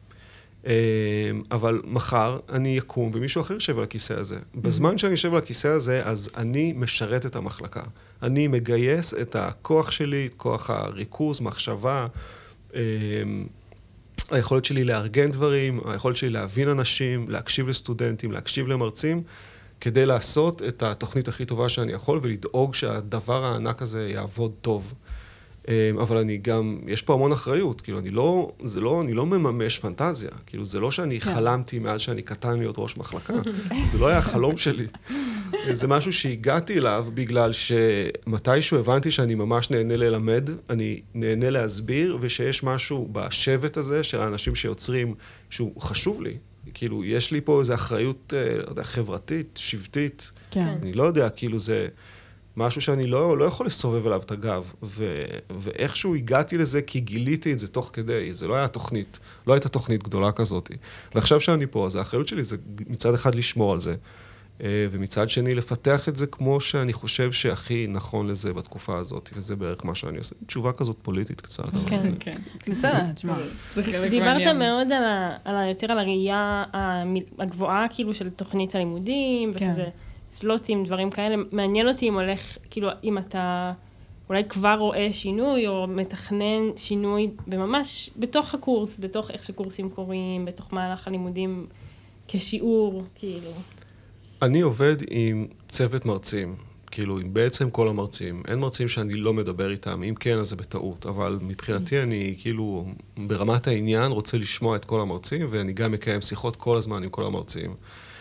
אבל מחר אני יקום ומישהו אחר יושב על הכיסא הזה. Mm-hmm. בזמן שאני יושב על הכיסא הזה, אז אני משרת את המחלקה. אני מגייס את הכוח שלי, את כוח הריכוז, מחשבה, היכולת שלי לארגן דברים, היכולת שלי להבין אנשים, להקשיב לסטודנטים, להקשיב למרצים, כדי לעשות את התוכנית הכי טובה שאני יכול, ולדאוג שהדבר הענק הזה יעבוד טוב. אבל אני גם, יש פה המון אחריות, כאילו אני לא, זה לא, אני לא מממש פנטזיה, כאילו זה לא שאני חלמתי מאז שאני קטן להיות ראש מחלקה, זה לא היה החלום שלי. זה משהו שהגעתי אליו בגלל שמתישהו הבנתי שאני ממש נהנה ללמד, אני נהנה להסביר, ושיש משהו בשבט הזה של האנשים שיוצרים שהוא חשוב לי. כאילו, יש לי פה איזו אחריות, לא יודע, חברתית, שבטית. כן. אני לא יודע, כאילו זה משהו שאני לא, לא יכול לסובב אליו את הגב. ו, ואיכשהו הגעתי לזה כי גיליתי את זה תוך כדי. זה לא היה תוכנית, לא הייתה תוכנית גדולה כזאת. ועכשיו שאני פה, אז האחריות שלי זה מצד אחד לשמור על זה. ומצד שני לפתח את זה כמו שאני חושב שהכי נכון לזה בתקופה הזאת, וזה בערך מה שאני עושה. תשובה כזאת פוליטית קצת. כן, כן. בסדר, תשמע. דיברת מאוד יותר על הראייה הגבוהה, כאילו, של תוכנית הלימודים, וכזה סלוטים, דברים כאלה. מעניין אותי אם הולך, כאילו, אם אתה אולי כבר רואה שינוי, או מתכנן שינוי בממש בתוך הקורס, בתוך איך שקורסים קוראים, בתוך מהלך הלימודים כשיעור, כאילו. אני עובד עם צוות מרצים, כאילו עם בעצם כל המרצים. אין מרצים שאני לא מדבר איתם, אם כן אז זה בטעות, אבל מבחינתי אני כאילו ברמת העניין רוצה לשמוע את כל המרצים, ואני גם מקיים שיחות כל הזמן עם כל המרצים.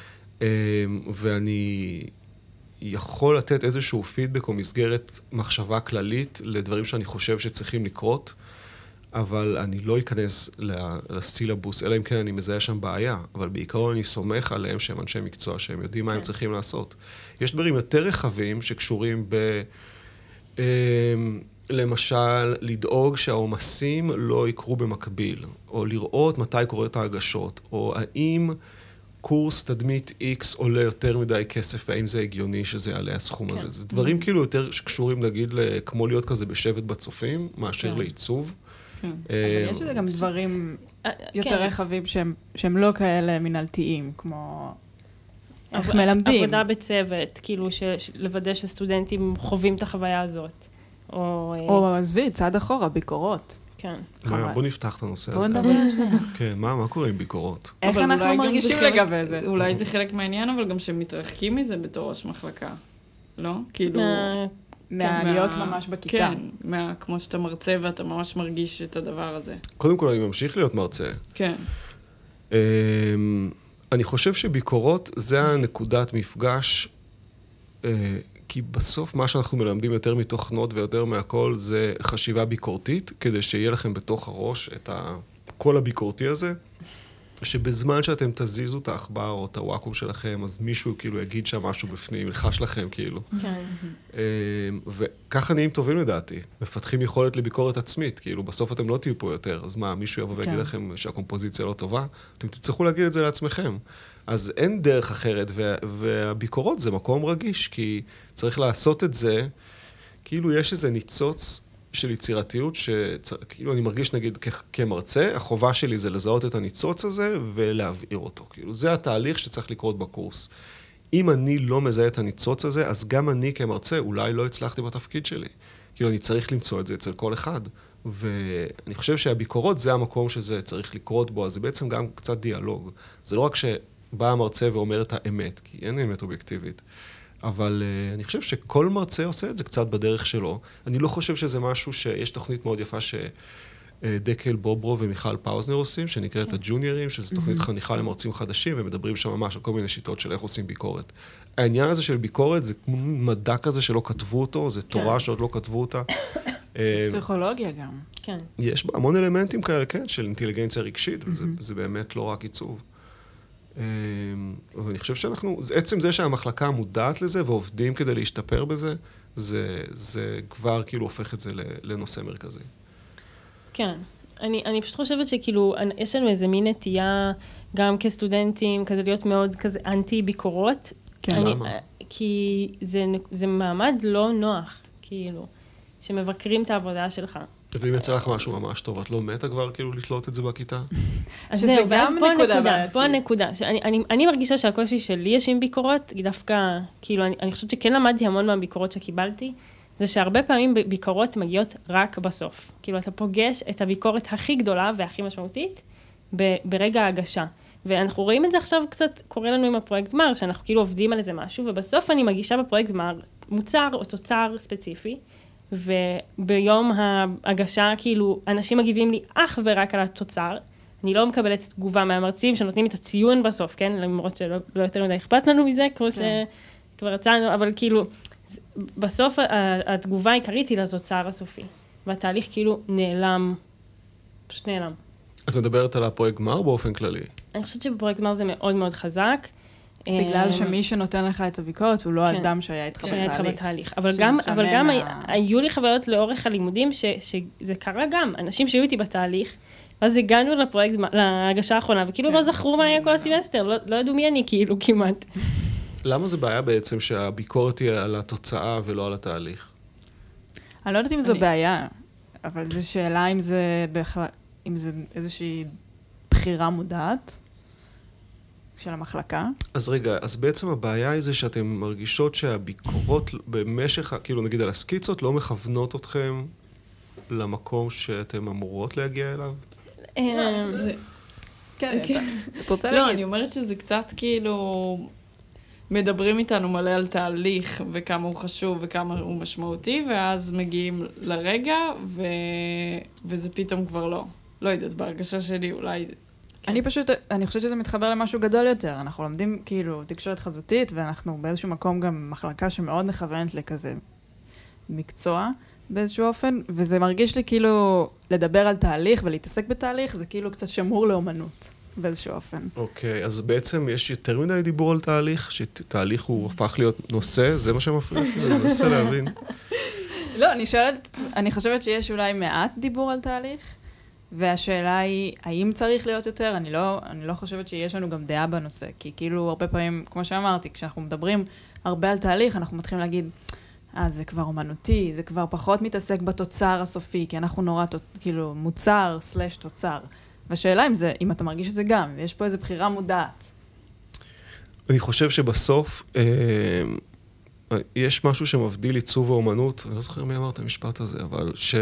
ואני יכול לתת איזשהו פידבק או מסגרת מחשבה כללית לדברים שאני חושב שצריכים לקרות, אבל אני לא אכנס לסילבוס, אלא אם כן אני מזהה שם בעיה, אבל בעיקרון אני סומך עליהם שהם אנשי מקצוע, שהם יודעים מה הם צריכים לעשות. יש דברים יותר רחבים שקשורים למשל, לדאוג שהעומסים לא יקרו במקביל, או לראות מתי קורות ההגשות, או האם קורס תדמית X עולה יותר מדי כסף, והאם זה הגיוני שזה יעלה הסכום הזה. זה דברים כאילו יותר שקשורים, נגיד, כמו להיות כזה בשבט בצופים, מאשר לעיצוב. אבל יש לזה גם דברים יותר רחבים שהם לא כאלה מנהלתיים, כמו איך מלמדים. עבודה בצוות, כאילו לוודא שסטודנטים חווים את החוויה הזאת. או עזבי, צעד אחורה, ביקורות. כן. בוא נפתח את הנושא הזה. בוא נדבר שנייה. כן, מה קורה עם ביקורות? איך אנחנו מרגישים לגבי זה? אולי זה חלק מהעניין, אבל גם שמתרחקים מזה בתור ראש מחלקה. לא? כאילו... מהלהיות ממש בכיתה. כן, כמו שאתה מרצה ואתה ממש מרגיש את הדבר הזה. קודם כל, אני ממשיך להיות מרצה. כן. אני חושב שביקורות זה הנקודת מפגש, כי בסוף מה שאנחנו מלמדים יותר מתוכנות ויותר מהכל זה חשיבה ביקורתית, כדי שיהיה לכם בתוך הראש את הקול הביקורתי הזה, שבזמן שאתם תזיזו את האחבר או את הוואקום שלכם, אז מישהו כאילו יגיד שם משהו בפנים, ילחש לכם כאילו. כן. וככה נהיים טובים לדעתי. מפתחים יכולת לביקורת עצמית, כאילו בסוף אתם לא תהיו פה יותר, אז מה, מישהו יבוא ויגיד לכם שהקומפוזיציה לא טובה? אתם תצטרכו להגיד את זה לעצמכם. אז אין דרך אחרת, והביקורות זה מקום רגיש, כי צריך לעשות את זה, כאילו יש איזה ניצוץ של יצירתיות, שכאילו אני מרגיש נגיד כמרצה, החובה שלי זה לזהות את הניצוץ הזה ולהבעיר אותו. כאילו זה התהליך שצריך לקרות בקורס. אם אני לא מזהה את הניצוץ הזה, אז גם אני כמרצה אולי לא הצלחתי בתפקיד שלי. כאילו אני צריך למצוא את זה אצל כל אחד. ואני חושב שהביקורות זה המקום שזה צריך לקרות בו, אז זה בעצם גם קצת דיאלוג. זה לא רק שבא המרצה ואומר את האמת, כי אין אמת אובייקטיבית. אבל uh, אני חושב שכל מרצה עושה את זה קצת בדרך שלו. אני לא חושב שזה משהו שיש תוכנית מאוד יפה שדקל בוברו ומיכל פאוזנר עושים, שנקראת הג'וניורים, שזו תוכנית חניכה למרצים חדשים, ומדברים שם ממש על כל מיני שיטות של איך עושים ביקורת. העניין הזה של ביקורת זה כמו מדע כזה שלא כתבו אותו, זה תורה שעוד לא כתבו אותה. זה פסיכולוגיה גם. כן. יש בה המון אלמנטים כאלה, כן, של אינטליגנציה רגשית, וזה באמת לא רק עיצוב. ואני חושב שאנחנו, עצם זה שהמחלקה מודעת לזה ועובדים כדי להשתפר בזה, זה, זה כבר כאילו הופך את זה לנושא מרכזי. כן. אני, אני פשוט חושבת שכאילו, יש לנו איזה מין נטייה, גם כסטודנטים, כזה להיות מאוד כזה אנטי ביקורות. כן. אני, למה? כי זה, זה מעמד לא נוח, כאילו, שמבקרים את העבודה שלך. ואם יצא לך משהו ממש טוב, את לא מתה כבר כאילו לתלות את זה בכיתה? שזה גם נקודה בעייתית. פה הנקודה. אני מרגישה שהקושי שלי יש עם ביקורות, דווקא, כאילו, אני חושבת שכן למדתי המון מהביקורות שקיבלתי, זה שהרבה פעמים ביקורות מגיעות רק בסוף. כאילו, אתה פוגש את הביקורת הכי גדולה והכי משמעותית ברגע ההגשה. ואנחנו רואים את זה עכשיו קצת, קורה לנו עם הפרויקט גמר, שאנחנו כאילו עובדים על איזה משהו, ובסוף אני מגישה בפרויקט גמר מוצר או תוצר ספציפי, וביום ההגשה, כאילו, אנשים מגיבים לי אך ורק על התוצר. אני לא מקבלת תגובה מהמרצים שנותנים את הציון בסוף, כן? למרות שלא לא יותר מדי אכפת לנו מזה, כמו שכבר רצנו, אבל כאילו, בסוף התגובה העיקרית היא לתוצר הסופי. והתהליך כאילו נעלם, פשוט נעלם. את מדברת על הפרויקט גמר באופן כללי? אני חושבת שבפרויקט גמר זה מאוד מאוד חזק. בגלל שמי שנותן לך את הביקורת, הוא לא האדם שהיה איתך בתהליך. אבל גם היו לי חוויות לאורך הלימודים, שזה קרה גם, אנשים שהיו איתי בתהליך, ואז הגענו לפרויקט, להגשה האחרונה, וכאילו לא זכרו מה היה כל הסמסטר, לא ידעו מי אני, כאילו, כמעט. למה זה בעיה בעצם שהביקורת היא על התוצאה ולא על התהליך? אני לא יודעת אם זו בעיה, אבל זו שאלה אם זה איזושהי בחירה מודעת. של המחלקה. אז רגע, אז בעצם הבעיה היא זה שאתם מרגישות שהביקורות במשך, כאילו נגיד על הסקיצות, לא מכוונות אתכם למקום שאתם אמורות להגיע אליו? כן, את רוצה להגיד? לא, אני אומרת שזה קצת כאילו, מדברים איתנו מלא על תהליך וכמה הוא חשוב וכמה הוא משמעותי, ואז מגיעים לרגע, וזה פתאום כבר לא. לא יודעת, בהרגשה שלי אולי... אני פשוט, אני חושבת שזה מתחבר למשהו גדול יותר. אנחנו לומדים כאילו תקשורת חזותית, ואנחנו באיזשהו מקום גם מחלקה שמאוד מכוונת לכזה מקצוע באיזשהו אופן, וזה מרגיש לי כאילו לדבר על תהליך ולהתעסק בתהליך, זה כאילו קצת שמור לאומנות באיזשהו אופן. אוקיי, אז בעצם יש יותר מדי דיבור על תהליך, שתהליך הוא הפך להיות נושא, זה מה שמפריע? אני מנסה להבין. לא, אני שואלת, אני חושבת שיש אולי מעט דיבור על תהליך, והשאלה היא, האם צריך להיות יותר? אני לא, אני לא חושבת שיש לנו גם דעה בנושא, כי כאילו הרבה פעמים, כמו שאמרתי, כשאנחנו מדברים הרבה על תהליך, אנחנו מתחילים להגיד, אה, זה כבר אומנותי, זה כבר פחות מתעסק בתוצר הסופי, כי אנחנו נורא, כאילו, מוצר סלש תוצר. והשאלה אם זה, אם אתה מרגיש את זה גם, ויש פה איזו בחירה מודעת. אני חושב שבסוף, אה, יש משהו שמבדיל עיצוב האומנות, אני לא זוכר מי אמר את המשפט הזה, אבל ש...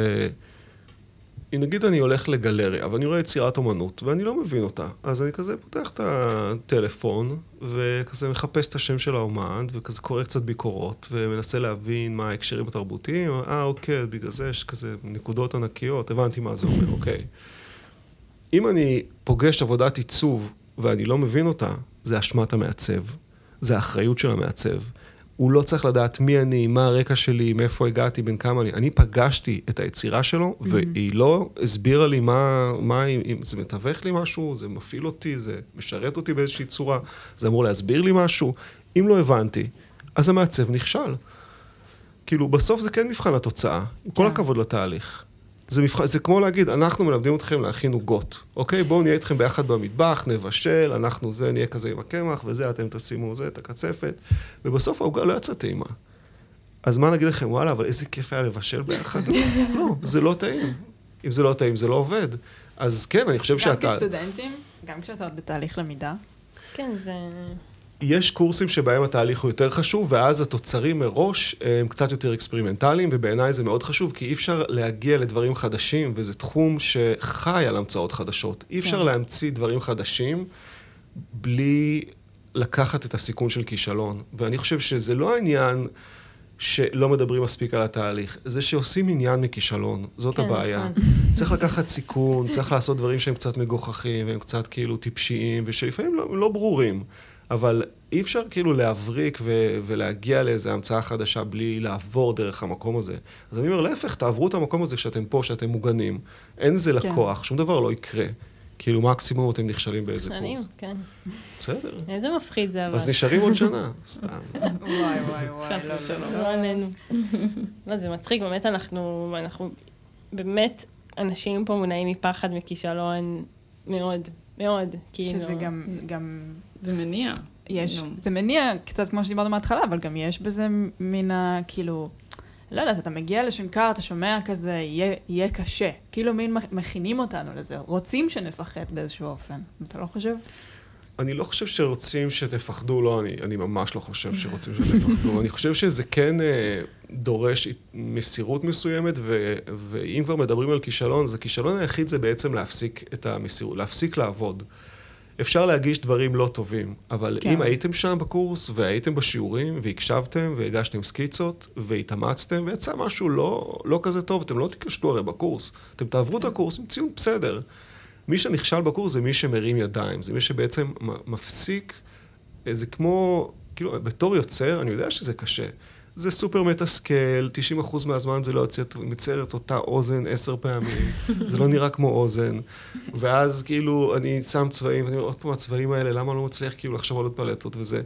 נגיד אני הולך לגלריה, אבל אני רואה יצירת אומנות, ואני לא מבין אותה. אז אני כזה פותח את הטלפון, וכזה מחפש את השם של האומן, וכזה קורא קצת ביקורות, ומנסה להבין מה ההקשרים התרבותיים. אה, אוקיי, בגלל זה יש כזה נקודות ענקיות, הבנתי מה זה אומר, אוקיי. אם אני פוגש עבודת עיצוב, ואני לא מבין אותה, זה אשמת המעצב. זה האחריות של המעצב. הוא לא צריך לדעת מי אני, מה הרקע שלי, מאיפה הגעתי, בין כמה אני. אני פגשתי את היצירה שלו, mm-hmm. והיא לא הסבירה לי מה, מה, אם זה מתווך לי משהו, זה מפעיל אותי, זה משרת אותי באיזושהי צורה, זה אמור להסביר לי משהו. אם לא הבנתי, אז המעצב נכשל. כאילו, בסוף זה כן מבחן התוצאה, עם כל הכבוד לתהליך. זה, מבח... זה כמו להגיד, אנחנו מלמדים אתכם להכין עוגות, אוקיי? בואו נהיה איתכם ביחד במטבח, נבשל, אנחנו זה, נהיה כזה עם הקמח, וזה, אתם תשימו זה, את הקצפת, ובסוף העוגה לא יצא טעימה. אז מה נגיד לכם, וואלה, אבל איזה כיף היה לבשל ביחד? לא, זה לא טעים. אם זה לא טעים, זה לא עובד. אז כן, אני חושב שאתה... גם כסטודנטים, גם כשאתה עוד בתהליך למידה. כן, זה... יש קורסים שבהם התהליך הוא יותר חשוב, ואז התוצרים מראש הם קצת יותר אקספרימנטליים, ובעיניי זה מאוד חשוב, כי אי אפשר להגיע לדברים חדשים, וזה תחום שחי על המצאות חדשות. אי אפשר להמציא דברים חדשים בלי לקחת את הסיכון של כישלון. ואני חושב שזה לא העניין שלא מדברים מספיק על התהליך, זה שעושים עניין מכישלון, זאת הבעיה. צריך לקחת סיכון, צריך לעשות דברים שהם קצת מגוחכים, והם קצת כאילו טיפשיים, ושלפעמים לא, לא ברורים. אבל אי אפשר כאילו להבריק ו- ולהגיע לאיזו המצאה חדשה בלי לעבור דרך המקום הזה. אז אני אומר, להפך, תעברו את המקום הזה כשאתם פה, שאתם מוגנים. אין זה לקוח, שום דבר לא יקרה. כאילו, מקסימום אתם נכשלים באיזה קורס. כן. בסדר. איזה מפחיד זה אבל. אז נשארים עוד שנה, סתם. וואי, וואי, וואי, לא, לא, לא עלינו. לא, זה מצחיק, באמת אנחנו, אנחנו, באמת, אנשים פה מונעים מפחד, מכישלון, מאוד, מאוד, כאילו. שזה גם, גם... זה מניע. יש, זה מניע, קצת כמו שדיברנו מההתחלה, אבל גם יש בזה מן ה... כאילו, לא יודעת, אתה מגיע לשנקר, אתה שומע כזה, יהיה, יהיה קשה. כאילו מין מכינים אותנו לזה, רוצים שנפחד באיזשהו אופן. אתה לא חושב? אני לא חושב שרוצים שתפחדו, לא, אני, אני ממש לא חושב שרוצים שתפחדו. אני חושב שזה כן אה, דורש מסירות מסוימת, ו, ואם כבר מדברים על כישלון, אז הכישלון היחיד זה בעצם להפסיק את המסירות, להפסיק לעבוד. אפשר להגיש דברים לא טובים, אבל כן. אם הייתם שם בקורס, והייתם בשיעורים, והקשבתם, והגשתם סקיצות, והתאמצתם, ויצא משהו לא, לא כזה טוב, אתם לא תקשתו הרי בקורס, אתם תעברו כן. את הקורס עם ציון בסדר. מי שנכשל בקורס זה מי שמרים ידיים, זה מי שבעצם מפסיק, זה כמו, כאילו, בתור יוצר, אני יודע שזה קשה. זה סופר מתסכל, תשעים אחוז מהזמן זה לא יוצר את אותה אוזן עשר פעמים, זה לא נראה כמו אוזן, ואז כאילו אני שם צבעים, ואני אומר, עוד פעם הצבעים האלה, למה לא מצליח כאילו לחשוב על עוד פלטות וזה?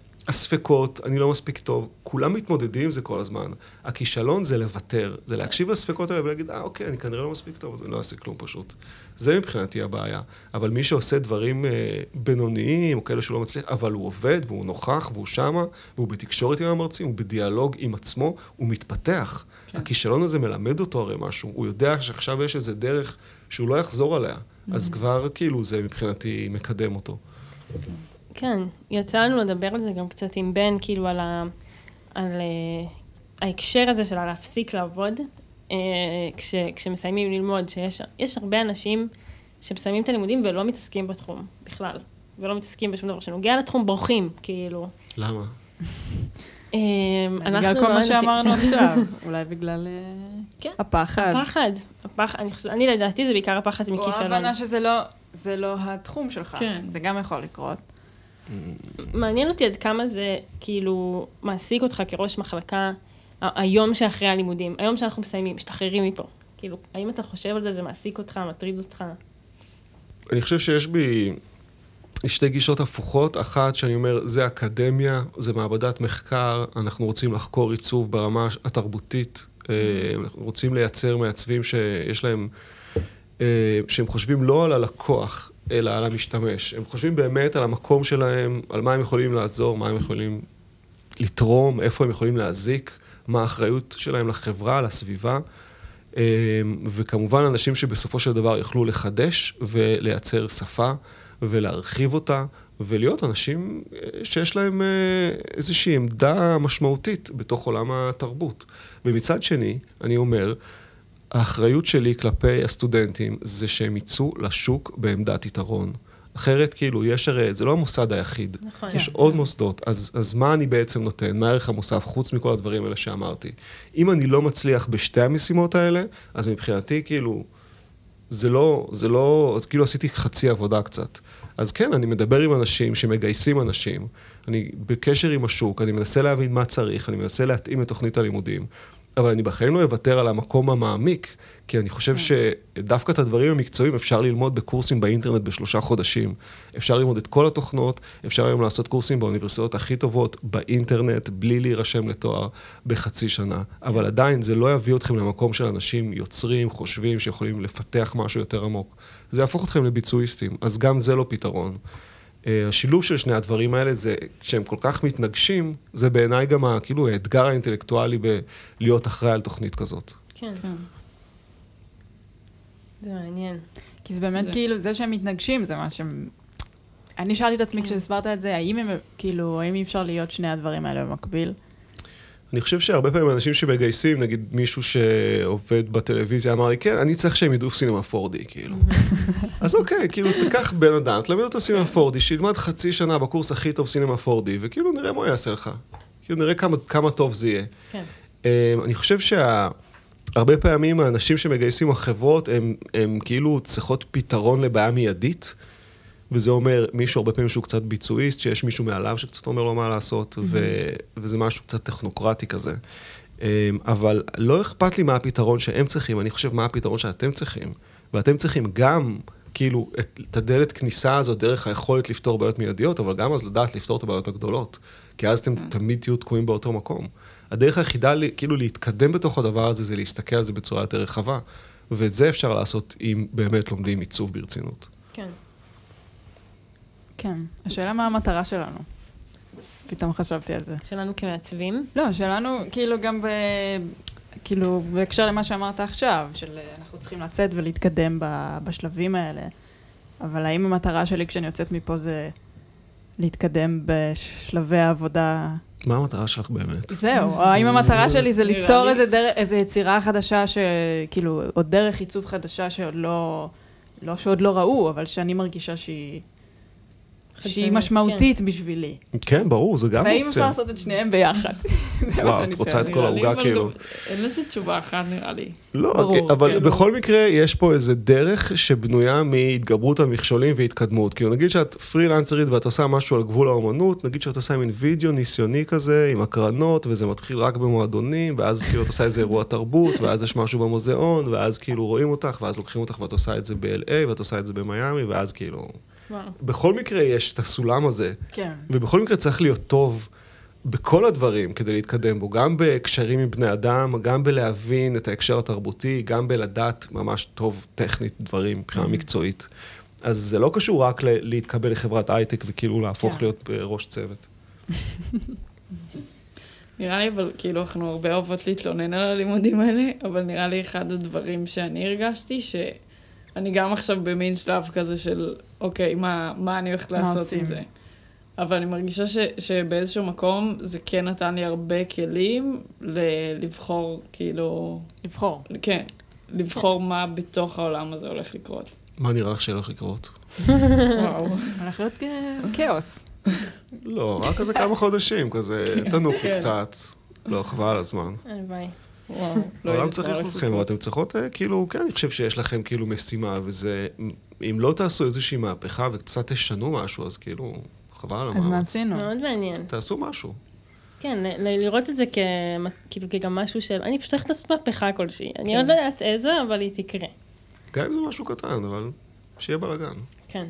הספקות, אני לא מספיק טוב, כולם מתמודדים עם זה כל הזמן. הכישלון זה לוותר, זה להקשיב לספקות האלה ולהגיד, אה, אוקיי, אני כנראה לא מספיק טוב, אז אני לא אעשה כלום פשוט. זה מבחינתי הבעיה. אבל מי שעושה דברים אה, בינוניים, או כאלה שהוא לא מצליח, אבל הוא עובד, והוא נוכח, והוא שמה, והוא בתקשורת עם המרצים, הוא בדיאלוג עם עצמו, הוא מתפתח. כן. הכישלון הזה מלמד אותו הרי משהו. הוא יודע שעכשיו יש איזה דרך שהוא לא יחזור עליה. Mm-hmm. אז כבר כאילו זה מבחינתי מקדם אותו. כן, יצא לנו לדבר על זה גם קצת עם בן, כאילו על, ה, על uh, ההקשר הזה של להפסיק לעבוד, uh, כש, כשמסיימים ללמוד, שיש יש הרבה אנשים שמסיימים את הלימודים ולא מתעסקים בתחום בכלל, ולא מתעסקים בשום דבר שנוגע לתחום, בורחים, כאילו. למה? uh, בגלל כל מה שאמרנו עכשיו, אולי בגלל כן, הפחד. הפחד, הפחד, אני, חושב, אני לדעתי זה בעיקר הפחד מכישלון. או ההבנה שזה לא, זה לא התחום שלך, כן. זה גם יכול לקרות. מעניין אותי עד כמה זה כאילו מעסיק אותך כראש מחלקה היום שאחרי הלימודים, היום שאנחנו מסיימים, משתחררים מפה. כאילו, האם אתה חושב על זה, זה מעסיק אותך, מטריד אותך? אני חושב שיש בי שתי גישות הפוכות. אחת שאני אומר, זה אקדמיה, זה מעבדת מחקר, אנחנו רוצים לחקור עיצוב ברמה התרבותית, אנחנו רוצים לייצר מעצבים שיש להם, שהם חושבים לא על הלקוח, אלא על המשתמש. הם חושבים באמת על המקום שלהם, על מה הם יכולים לעזור, מה הם יכולים לתרום, איפה הם יכולים להזיק, מה האחריות שלהם לחברה, לסביבה. וכמובן אנשים שבסופו של דבר יוכלו לחדש ולייצר שפה ולהרחיב אותה, ולהיות אנשים שיש להם איזושהי עמדה משמעותית בתוך עולם התרבות. ומצד שני, אני אומר, האחריות שלי כלפי הסטודנטים זה שהם יצאו לשוק בעמדת יתרון. אחרת, כאילו, יש הרי, זה לא המוסד היחיד. נכון. יש עוד מוסדות. אז, אז מה אני בעצם נותן? מה הערך המוסף, חוץ מכל הדברים האלה שאמרתי? אם אני לא מצליח בשתי המשימות האלה, אז מבחינתי, כאילו, זה לא, זה לא, אז כאילו עשיתי חצי עבודה קצת. אז כן, אני מדבר עם אנשים שמגייסים אנשים, אני בקשר עם השוק, אני מנסה להבין מה צריך, אני מנסה להתאים את תוכנית הלימודים, אבל אני בחיים לא אוותר על המקום המעמיק, כי אני חושב שדווקא את הדברים המקצועיים אפשר ללמוד בקורסים באינטרנט בשלושה חודשים. אפשר ללמוד את כל התוכנות, אפשר היום לעשות קורסים באוניברסיטאות הכי טובות באינטרנט, בלי להירשם לתואר בחצי שנה. אבל עדיין זה לא יביא אתכם למקום של אנשים יוצרים, חושבים, שיכולים לפתח משהו יותר עמוק. זה יהפוך אתכם לביצועיסטים, אז גם זה לא פתרון. השילוב של שני הדברים האלה זה, כשהם כל כך מתנגשים, זה בעיניי גם כאילו האתגר האינטלקטואלי בלהיות אחראי על תוכנית כזאת. כן. זה מעניין. כי זה באמת כאילו, זה שהם מתנגשים, זה מה שהם... אני שאלתי את עצמי כשהסברת את זה, האם הם, כאילו, האם אי אפשר להיות שני הדברים האלה במקביל? אני חושב שהרבה פעמים אנשים שמגייסים, נגיד מישהו שעובד בטלוויזיה, אמר לי, כן, אני צריך שהם ידעו סינמה פור די, כאילו. אז אוקיי, כאילו, תקח בן אדם, תלמד אותו סינמה פור די, שילמד חצי שנה בקורס הכי טוב סינמה פור די, וכאילו נראה מה יעשה לך. כאילו נראה כמה, כמה טוב זה יהיה. כן. אני חושב שהרבה פעמים האנשים שמגייסים החברות, הם, הם כאילו צריכות פתרון לבעיה מיידית, וזה אומר מישהו הרבה פעמים שהוא קצת ביצועיסט, שיש מישהו מעליו שקצת אומר לו מה לעשות, ו- וזה משהו קצת טכנוקרטי כזה. אבל לא אכפת לי מה הפתרון שהם צריכים, אני חושב מה הפתרון שאתם צריכים, ואתם צריכים גם, כאילו, את הדלת כניסה הזו דרך היכולת לפתור בעיות מיידיות, אבל גם אז לדעת לפתור את הבעיות הגדולות, כי אז אתם תמיד תהיו תקועים באותו מקום. הדרך היחידה, כאילו, להתקדם בתוך הדבר הזה, זה להסתכל על זה בצורה יותר רחבה, ואת זה אפשר לעשות אם באמת לומדים עיצוב ברצינות. כן. כן. השאלה מה המטרה שלנו. פתאום חשבתי על זה. שלנו כמעצבים? לא, שלנו כאילו גם ב... כאילו בהקשר למה שאמרת עכשיו, של אנחנו צריכים לצאת ולהתקדם ב... בשלבים האלה. אבל האם המטרה שלי כשאני יוצאת מפה זה להתקדם בשלבי העבודה? מה המטרה שלך באמת? זהו, או האם המטרה שלי זה ליצור איזה, דרך, איזה יצירה חדשה, שכאילו, או דרך עיצוב חדשה שעוד לא, לא שעוד לא ראו, אבל שאני מרגישה שהיא... שהיא משמעותית בשבילי. כן, ברור, זה גם אופציה. והאם אפשר לעשות את שניהם ביחד? וואו, את רוצה את כל העוגה כאילו. אין לזה תשובה אחת נראה לי. לא, אבל בכל מקרה יש פה איזה דרך שבנויה מהתגברות על מכשולים והתקדמות. כאילו נגיד שאת פרילנסרית ואת עושה משהו על גבול האומנות, נגיד שאת עושה מין וידאו ניסיוני כזה עם הקרנות, וזה מתחיל רק במועדונים, ואז כאילו את עושה איזה אירוע תרבות, ואז יש משהו במוזיאון, ואז כאילו רואים אותך, ואז לוקחים אותך ואת עושה את זה ב-אל איי, ואת עושה את זה במיימי, ואז כאילו... בכל מקרה יש את הסולם הזה, כן. ובכל מקרה צריך להיות טוב בכל הדברים כדי להתקדם בו, גם בהקשרים עם בני אדם, גם בלהבין את ההקשר התרבותי, גם בלדעת ממש טוב טכנית דברים, מבחינה מקצועית. אז זה לא קשור רק להתקבל לחברת הייטק וכאילו להפוך להיות ראש צוות. נראה לי, אבל כאילו אנחנו הרבה אוהבות להתלונן על הלימודים האלה, אבל נראה לי אחד הדברים שאני הרגשתי, שאני גם עכשיו במין שלב כזה של, אוקיי, מה, מה אני הולכת לעשות עם זה? אבל אני מרגישה ש, שבאיזשהו מקום זה כן נתן לי הרבה כלים ל- לבחור, כאילו... לבחור. כן, לבחור מה בתוך העולם הזה הולך לקרות. מה נראה לך שהולך לקרות? וואו. הולך להיות כאוס. לא, רק כזה כמה חודשים, כזה תנוחו קצת, לא, חבל על הזמן. ביי. וואו. העולם צריך לכם, ואתם צריכות, כאילו, כן, אני חושב שיש לכם כאילו משימה, וזה, אם לא תעשו איזושהי מהפכה וקצת תשנו משהו, אז כאילו, חבל על המאמץ. אז מה עשינו? מאוד מעניין. תעשו משהו. כן, לראות את זה כאילו כגם משהו של, אני פשוט הולכת לעשות מהפכה כלשהי. אני עוד לא יודעת איזה, אבל היא תקרה. גם אם זה משהו קטן, אבל שיהיה בלגן. כן.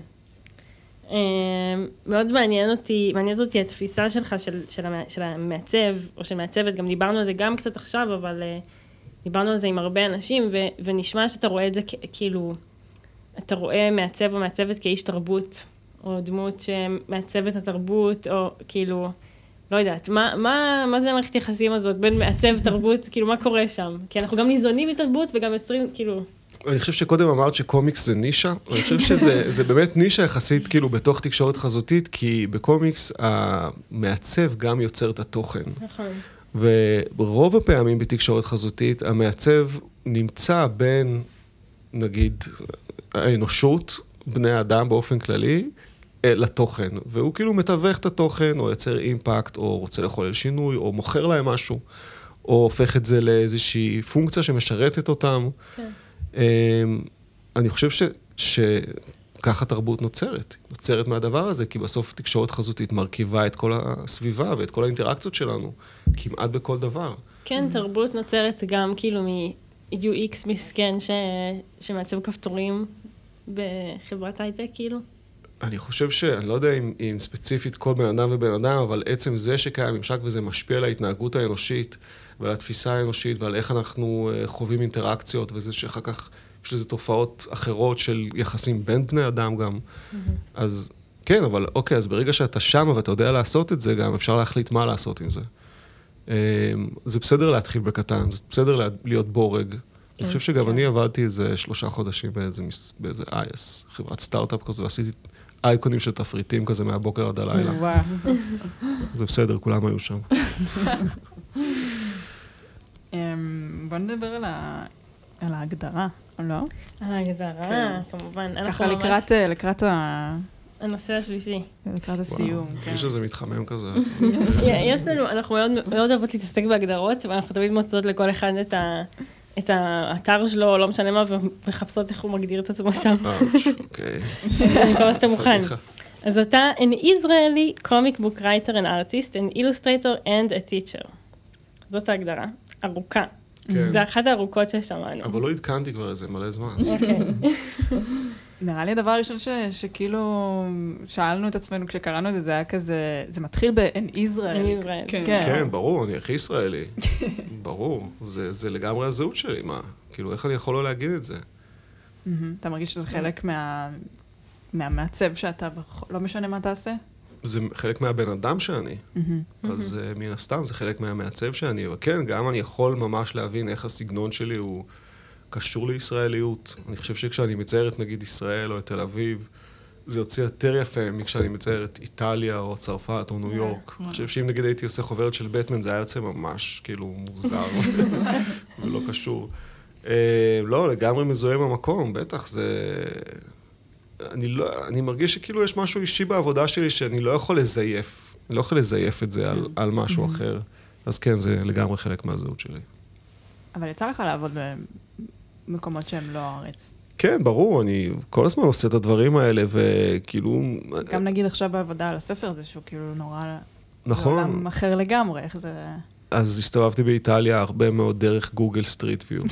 מאוד מעניין אותי, מעניינת אותי התפיסה שלך של המעצב, או של מעצבת, גם דיברנו על זה גם קצת עכשיו, אבל דיברנו על זה עם הרבה אנשים, ו, ונשמע שאתה רואה את זה כאילו, אתה רואה מעצב או מעצבת כאיש תרבות, או דמות שמעצבת התרבות, או כאילו, לא יודעת, מה, מה, מה זה המערכת יחסים הזאת בין מעצב תרבות, כאילו, מה קורה שם? כי אנחנו גם ניזונים מתרבות וגם יוצרים, כאילו... אני חושב שקודם אמרת שקומיקס זה נישה, אני חושב שזה זה באמת נישה יחסית כאילו בתוך תקשורת חזותית, כי בקומיקס המעצב גם יוצר את התוכן. נכון. ורוב הפעמים בתקשורת חזותית, המעצב נמצא בין, נגיד, האנושות, בני האדם באופן כללי, לתוכן. והוא כאילו מתווך את התוכן, או יוצר אימפקט, או רוצה לחולל שינוי, או מוכר להם משהו, או הופך את זה לאיזושהי פונקציה שמשרתת אותם. כן. אני חושב ש, שככה תרבות נוצרת, נוצרת מהדבר הזה, כי בסוף תקשורת חזותית מרכיבה את כל הסביבה ואת כל האינטראקציות שלנו, כמעט בכל דבר. כן, תרבות נוצרת גם כאילו מ-יו אקס מסכן ש... שמעצב כפתורים בחברת הייטק, כאילו. אני חושב שאני לא יודע אם, אם ספציפית כל בן אדם ובן אדם, אבל עצם זה שקיים ממשק וזה משפיע על ההתנהגות האנושית ועל התפיסה האנושית ועל איך אנחנו חווים אינטראקציות, וזה שאחר כך יש לזה תופעות אחרות של יחסים בין בני אדם גם. Mm-hmm. אז כן, אבל אוקיי, אז ברגע שאתה שם ואתה יודע לעשות את זה, גם אפשר להחליט מה לעשות עם זה. זה בסדר להתחיל בקטן, זה בסדר להיות בורג. אני חושב שגם אני עבדתי איזה שלושה חודשים באיזה אייס, חברת סטארט-אפ כזו, ועשיתי אייקונים של תפריטים כזה מהבוקר עד הלילה. זה בסדר, כולם היו שם. בוא נדבר על ההגדרה, לא? על ההגדרה, כמובן. ככה לקראת ה... הנושא השלישי. לקראת הסיום, כן. יש איזה מתחמם כזה. יש לנו, אנחנו מאוד אוהבות להתעסק בהגדרות, ואנחנו תמיד מוצאות לכל אחד את ה... את האתר שלו, לא משנה מה, ומחפשות איך הוא מגדיר את עצמו שם. אוקיי. אני מקווה שאתה מוכן. אז אתה an Israeli comic book writer and artist, an illustrator and a teacher. זאת ההגדרה. ארוכה. זה אחת הארוכות ששמענו. אבל לא עדכנתי כבר איזה מלא זמן. אוקיי. נראה לי הדבר הראשון שכאילו שאלנו את עצמנו כשקראנו את זה, זה היה כזה, זה מתחיל ב-an Israeli. כן, ברור, אני הכי ישראלי. ברור, זה לגמרי הזהות שלי, מה? כאילו, איך אני יכול לא להגיד את זה? אתה מרגיש שזה חלק מהמעצב שאתה, לא משנה מה תעשה? זה חלק מהבן אדם שאני. אז מן הסתם זה חלק מהמעצב שאני. וכן, גם אני יכול ממש להבין איך הסגנון שלי הוא קשור לישראליות. אני חושב שכשאני מצייר את נגיד ישראל או את תל אביב, זה יוצא יותר יפה מכשאני מצייר את איטליה או צרפת או ניו יורק. אני חושב שאם נגיד הייתי עושה חוברת של בטמן, זה היה יוצא ממש כאילו מוזר ולא קשור. לא, לגמרי מזוהה במקום, בטח זה... אני לא, אני מרגיש שכאילו יש משהו אישי בעבודה שלי שאני לא יכול לזייף. אני לא יכול לזייף את זה על, על משהו אחר. אז כן, זה לגמרי חלק מהזהות שלי. אבל יצא לך לעבוד במקומות שהם לא הארץ. כן, ברור, אני כל הזמן עושה את הדברים האלה, וכאילו... גם נגיד עכשיו בעבודה על הספר הזה, שהוא כאילו נורא... נכון. עולם אחר לגמרי, איך זה... אז הסתובבתי באיטליה הרבה מאוד דרך גוגל סטריט ויו.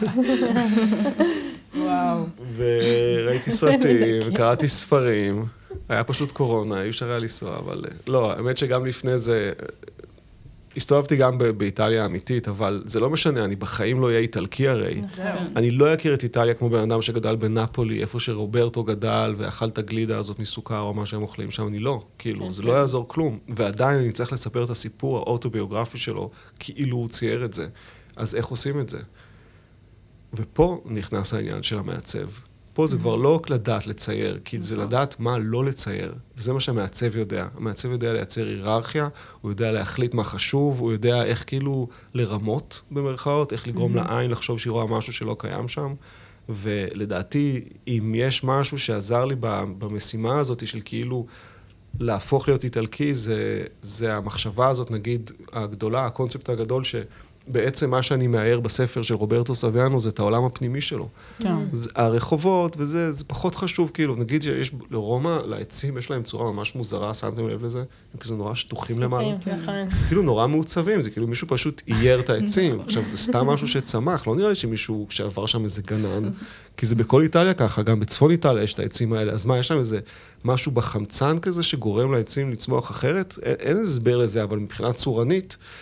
וואו. וראיתי סרטים, וקראתי ספרים. היה פשוט קורונה, אי אפשר היה לנסוע, אבל... לא, האמת שגם לפני זה... הסתובבתי גם באיטליה האמיתית, אבל זה לא משנה, אני בחיים לא אהיה איטלקי הרי. אני לא אכיר את איטליה כמו בן אדם שגדל בנפולי, איפה שרוברטו גדל ואכל את הגלידה הזאת מסוכר או מה שהם אוכלים שם, אני לא. כאילו, זה לא יעזור כלום. ועדיין אני צריך לספר את הסיפור האוטוביוגרפי שלו, כאילו הוא צייר את זה. אז איך עושים את זה? ופה נכנס העניין של המעצב. פה זה כבר לא לדעת לצייר, כי זה לדעת מה לא לצייר. וזה מה שהמעצב יודע. המעצב יודע לייצר היררכיה, הוא יודע להחליט מה חשוב, הוא יודע איך כאילו לרמות במרכאות, איך לגרום לעין לחשוב שהיא רואה משהו שלא קיים שם. ולדעתי, אם יש משהו שעזר לי במשימה הזאת של כאילו להפוך להיות איטלקי, זה, זה המחשבה הזאת, נגיד, הגדולה, הקונספט הגדול ש... בעצם מה שאני מאייר בספר של רוברטו סביאנו, זה את העולם הפנימי שלו. הרחובות וזה, זה פחות חשוב, כאילו, נגיד שיש לרומא, לעצים, יש להם צורה ממש מוזרה, שמתם לב לזה? הם כזה נורא שטוחים למעלה. כאילו נורא מעוצבים, זה כאילו מישהו פשוט אייר את העצים. עכשיו, זה סתם משהו שצמח, לא נראה לי שמישהו שעבר שם איזה גנן, כי זה בכל איטליה ככה, גם בצפון איטליה יש את העצים האלה, אז מה, יש להם איזה משהו בחמצן כזה שגורם לעצים לצמוח אחרת? אין הסבר לזה, אבל מבחינה צורנית,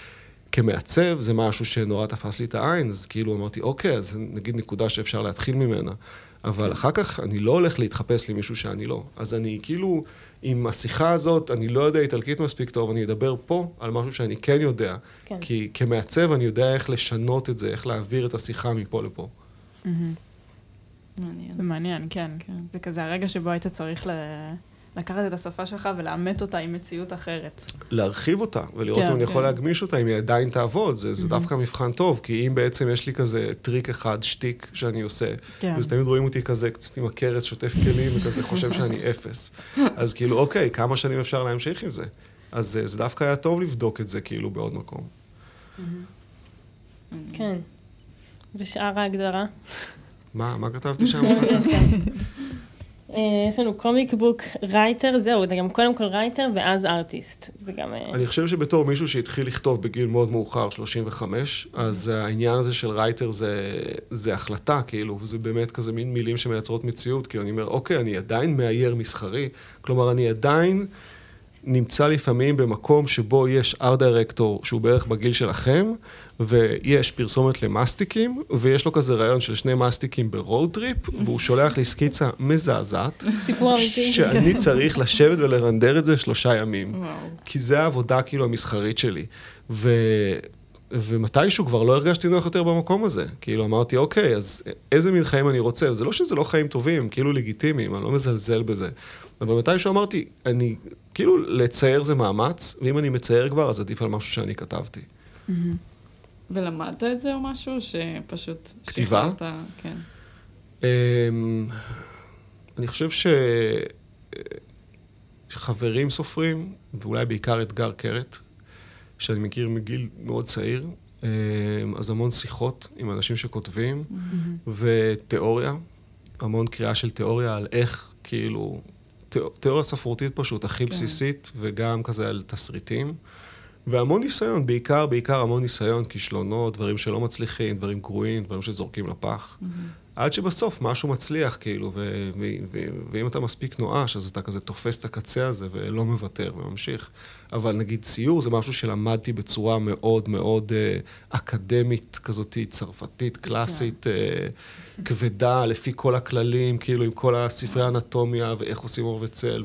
כמעצב זה משהו שנורא תפס לי את העין, אז כאילו אמרתי, אוקיי, אז נגיד נקודה שאפשר להתחיל ממנה. אבל אחר כך אני לא הולך להתחפש למישהו שאני לא. אז אני כאילו, עם השיחה הזאת, אני לא יודע איטלקית מספיק טוב, אני אדבר פה על משהו שאני כן יודע. כן. כי כמעצב אני יודע איך לשנות את זה, איך להעביר את השיחה מפה לפה. מעניין. זה מעניין, כן. זה כזה הרגע שבו היית צריך לקחת את השפה שלך ולאמת אותה עם מציאות אחרת. להרחיב אותה, ולראות אם אני יכול להגמיש אותה, אם היא עדיין תעבוד. זה דווקא מבחן טוב, כי אם בעצם יש לי כזה טריק אחד, שטיק שאני עושה, וזה תמיד רואים אותי כזה, קצת עם הקרס, שוטף כלים, וכזה חושב שאני אפס. אז כאילו, אוקיי, כמה שנים אפשר להמשיך עם זה? אז זה דווקא היה טוב לבדוק את זה, כאילו, בעוד מקום. כן. ושאר ההגדרה? מה? מה כתבתי שם? יש לנו קומיק בוק רייטר, זהו, זה גם קודם כל רייטר ואז ארטיסט. זה גם... אני חושב שבתור מישהו שהתחיל לכתוב בגיל מאוד מאוחר, שלושים וחמש, אז העניין הזה של רייטר זה החלטה, כאילו, זה באמת כזה מין מילים שמייצרות מציאות, כאילו אני אומר, אוקיי, אני עדיין מאייר מסחרי, כלומר, אני עדיין נמצא לפעמים במקום שבו יש ארט דירקטור שהוא בערך בגיל שלכם, ויש פרסומת למאסטיקים, ויש לו כזה רעיון של שני מאסטיקים ברוד טריפ, והוא שולח לי סקיצה מזעזעת, שאני צריך לשבת ולרנדר את זה שלושה ימים. כי זה העבודה כאילו המסחרית שלי. ו... ומתישהו כבר לא הרגשתי נוח יותר במקום הזה. כאילו אמרתי, אוקיי, אז איזה מין חיים אני רוצה? זה לא שזה לא חיים טובים, כאילו לגיטימיים, אני לא מזלזל בזה. אבל מתישהו אמרתי, אני, כאילו לצייר זה מאמץ, ואם אני מצייר כבר, אז עדיף על משהו שאני כתבתי. ולמדת את זה או משהו שפשוט... כתיבה? כן. אני חושב שחברים סופרים, ואולי בעיקר אתגר קרת, שאני מכיר מגיל מאוד צעיר, אז המון שיחות עם אנשים שכותבים, ותיאוריה, המון קריאה של תיאוריה על איך, כאילו, תיאוריה ספרותית פשוט, הכי בסיסית, וגם כזה על תסריטים, והמון ניסיון, בעיקר, בעיקר המון ניסיון, כישלונות, דברים שלא מצליחים, דברים גרועים, דברים שזורקים לפח. עד שבסוף משהו מצליח, כאילו, ואם אתה מספיק נואש, אז אתה כזה תופס את הקצה הזה ולא מוותר וממשיך. אבל נגיד ציור זה משהו שלמדתי בצורה מאוד מאוד אקדמית כזאת, צרפתית, קלאסית, כבדה, לפי כל הכללים, כאילו, עם כל הספרי האנטומיה ואיך עושים אור וצל.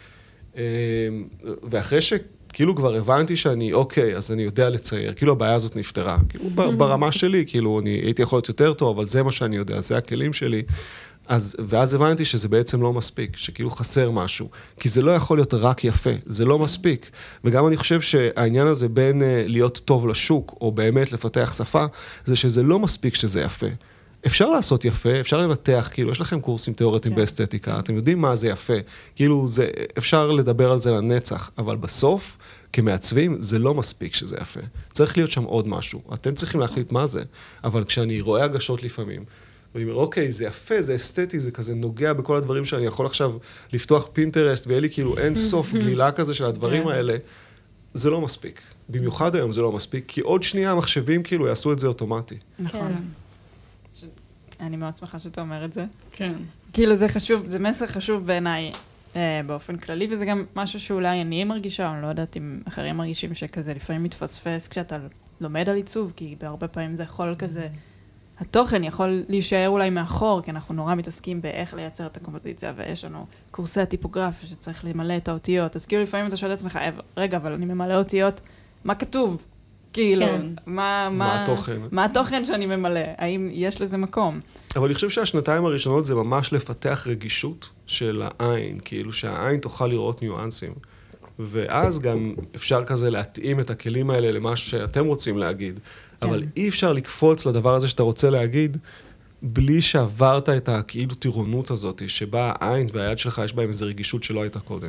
ואחרי ש... כאילו כבר הבנתי שאני, אוקיי, אז אני יודע לצייר, כאילו הבעיה הזאת נפתרה, כאילו ברמה שלי, כאילו אני הייתי יכול להיות יותר טוב, אבל זה מה שאני יודע, זה הכלים שלי, אז, ואז הבנתי שזה בעצם לא מספיק, שכאילו חסר משהו, כי זה לא יכול להיות רק יפה, זה לא מספיק, וגם אני חושב שהעניין הזה בין להיות טוב לשוק, או באמת לפתח שפה, זה שזה לא מספיק שזה יפה. אפשר לעשות יפה, אפשר לנתח, כאילו, יש לכם קורסים תיאורטיים באסתטיקה, אתם יודעים מה זה יפה, כאילו, זה, אפשר לדבר על זה לנצח, אבל בסוף, כמעצבים, זה לא מספיק שזה יפה. צריך להיות שם עוד משהו, אתם צריכים להחליט מה זה, אבל כשאני רואה הגשות לפעמים, ואני אומר, אוקיי, זה יפה, זה אסתטי, זה כזה נוגע בכל הדברים שאני יכול עכשיו לפתוח פינטרסט, ויהיה לי כאילו אין סוף גלילה כזה של הדברים האלה, זה לא מספיק. במיוחד היום זה לא מספיק, כי עוד שנייה המחשבים כאילו יעשו את זה אוטומטי. נכון. אני מאוד שמחה שאתה אומר את זה. כן. כאילו זה חשוב, זה מסר חשוב בעיניי אה, באופן כללי, וזה גם משהו שאולי אני מרגישה, אני לא יודעת אם אחרים מרגישים שכזה לפעמים מתפספס כשאתה לומד על עיצוב, כי בהרבה פעמים זה יכול כזה, התוכן יכול להישאר אולי מאחור, כי אנחנו נורא מתעסקים באיך לייצר את הקומפוזיציה, ויש לנו קורסי הטיפוגרפיה שצריך למלא את האותיות, אז כאילו לפעמים אתה שואל את עצמך, רגע, אבל אני ממלא אותיות, מה כתוב? כאילו, כן. מה, מה התוכן? מה התוכן שאני ממלא? האם יש לזה מקום? אבל אני חושב שהשנתיים הראשונות זה ממש לפתח רגישות של העין, כאילו שהעין תוכל לראות ניואנסים. ואז גם אפשר כזה להתאים את הכלים האלה למה שאתם רוצים להגיד. כן. אבל אי אפשר לקפוץ לדבר הזה שאתה רוצה להגיד, בלי שעברת את הכאילו טירונות הזאת, שבה העין והיד שלך יש בהם איזו רגישות שלא הייתה קודם.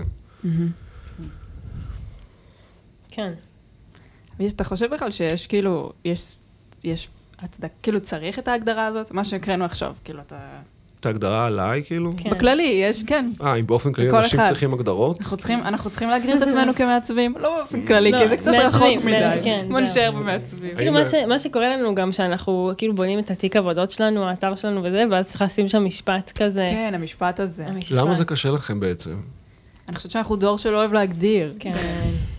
כן. ואתה חושב בכלל שיש כאילו, יש, יש הצדק, כאילו צריך את ההגדרה הזאת? מה שהקראנו עכשיו, כאילו אתה... את ההגדרה עליי, כאילו? כן. בכללי, יש, כן. אה, אם באופן כללי אנשים אחד. צריכים הגדרות? אנחנו צריכים, אנחנו צריכים להגדיר את עצמנו כמעצבים, לא באופן כללי, לא, כי זה קצת רחוק מדי. כן, בוא נשאר במעצבים. כאילו מה, ש, מה שקורה לנו גם שאנחנו כאילו בונים את התיק עבודות שלנו, האתר שלנו וזה, ואז צריך לשים שם משפט כזה. כן, המשפט הזה. המשפט. למה זה קשה לכם בעצם? אני חושבת שאנחנו דור שלא אוהב להגדיר. כן.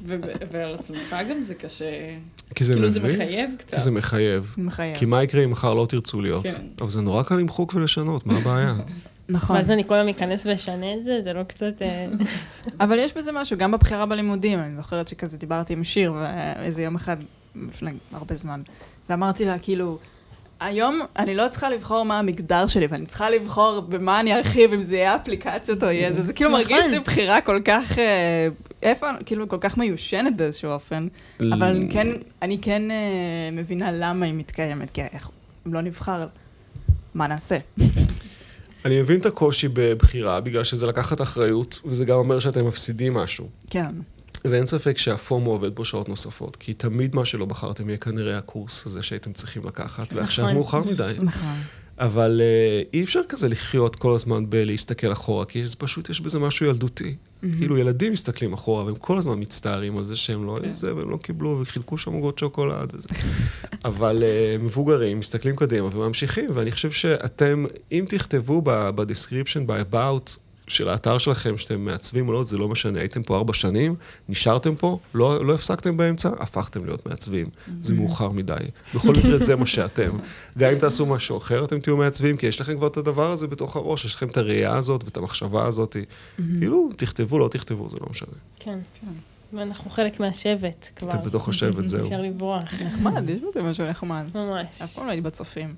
ועל עצמך גם זה קשה. כי זה כאילו זה מבין? מחייב קצת. כי זה מחייב. מחייב. כי מה יקרה אם מחר לא תרצו להיות? כן. אבל זה נורא קל למחוק ולשנות, מה הבעיה? נכון. ואז אני כל היום אכנס ואשנה את זה, זה לא קצת... אבל יש בזה משהו, גם בבחירה בלימודים, אני זוכרת שכזה דיברתי עם שיר, ואיזה יום אחד, לפני הרבה זמן, ואמרתי לה, כאילו, היום אני לא צריכה לבחור מה המגדר שלי, ואני צריכה לבחור במה אני ארחיב, אם זה יהיה אפליקציות או יהיה זה, זה כאילו מרגיש לי בחירה כל כך, איפה, כאילו כל כך מיושנת באיזשהו אופן, אבל כן, אני כן מבינה למה היא מתקיימת, כי אם לא נבחר, מה נעשה? אני מבין את הקושי בבחירה, בגלל שזה לקחת אחריות, וזה גם אומר שאתם מפסידים משהו. כן. ואין ספק שהפומו עובד פה שעות נוספות, כי תמיד מה שלא בחרתם יהיה כנראה הקורס הזה שהייתם צריכים לקחת, ועכשיו מאוחר מדי. נכון. אבל אי אפשר כזה לחיות כל הזמן בלהסתכל אחורה, כי פשוט יש בזה משהו ילדותי. כאילו ילדים מסתכלים אחורה, והם כל הזמן מצטערים על זה שהם לא איזה, והם לא קיבלו, וחילקו שם עוגות שוקולד וזה. אבל מבוגרים מסתכלים קדימה וממשיכים, ואני חושב שאתם, אם תכתבו בדסקריפשן, ב-about, של האתר שלכם, שאתם מעצבים או לא, זה לא משנה. הייתם פה ארבע שנים, נשארתם פה, לא, לא הפסקתם באמצע, הפכתם להיות מעצבים. זה מאוחר מדי. בכל מקרה זה מה שאתם. גם אם תעשו משהו אחר, אתם תהיו מעצבים, כי יש לכם כבר את הדבר הזה בתוך הראש, יש לכם את הראייה הזאת ואת המחשבה הזאת. כאילו, תכתבו, לא תכתבו, זה לא משנה. כן, ואנחנו חלק מהשבט כבר. אתם בתוך השבט, זהו. אפשר לברוח. נחמד, יש בזה משהו נחמד. ממש. אף פעם לא הייתי בצופים.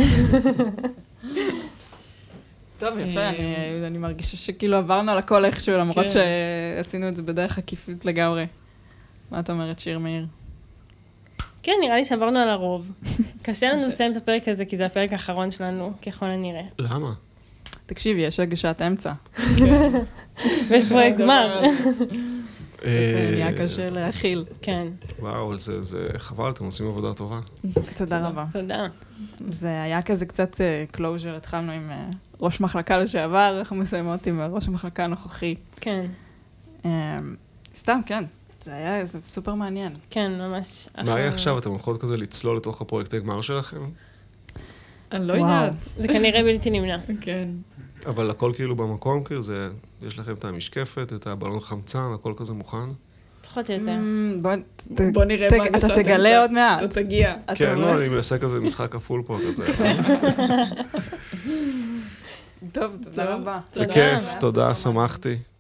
טוב, יפה, אני, אני מרגישה שכאילו עברנו על הכל איכשהו, למרות כן. שעשינו את זה בדרך עקיפית לגמרי. מה את אומרת, שיר מאיר? כן, נראה לי שעברנו על הרוב. קשה לנו לסיים את הפרק הזה, כי זה הפרק האחרון שלנו, ככל הנראה. למה? תקשיבי, יש הגשת אמצע. ויש פרויקט גמר. זה נהיה קשה להכיל. כן. וואו, זה, זה חבל, אתם עושים עבודה טובה. תודה רבה. תודה. זה היה כזה קצת קלוז'ר, התחלנו עם ראש מחלקה לשעבר, אנחנו מסיימות עם ראש המחלקה הנוכחי. כן. סתם, כן. זה היה סופר מעניין. כן, ממש. מה היה עכשיו? אתם הולכות כזה לצלול לתוך הפרויקט הגמר שלכם? אני לא יודעת. זה כנראה בלתי נמנע. כן. אבל הכל כאילו במקום, כאילו זה, יש לכם את המשקפת, את הבלון חמצן, הכל כזה מוכן? פחות או יותר. בוא נראה מה הגשת. אתה תגלה עוד מעט. אתה תגיע. כן, לא, אני מנסה כזה משחק כפול פה כזה. טוב, תודה רבה. בכיף, תודה, שמחתי.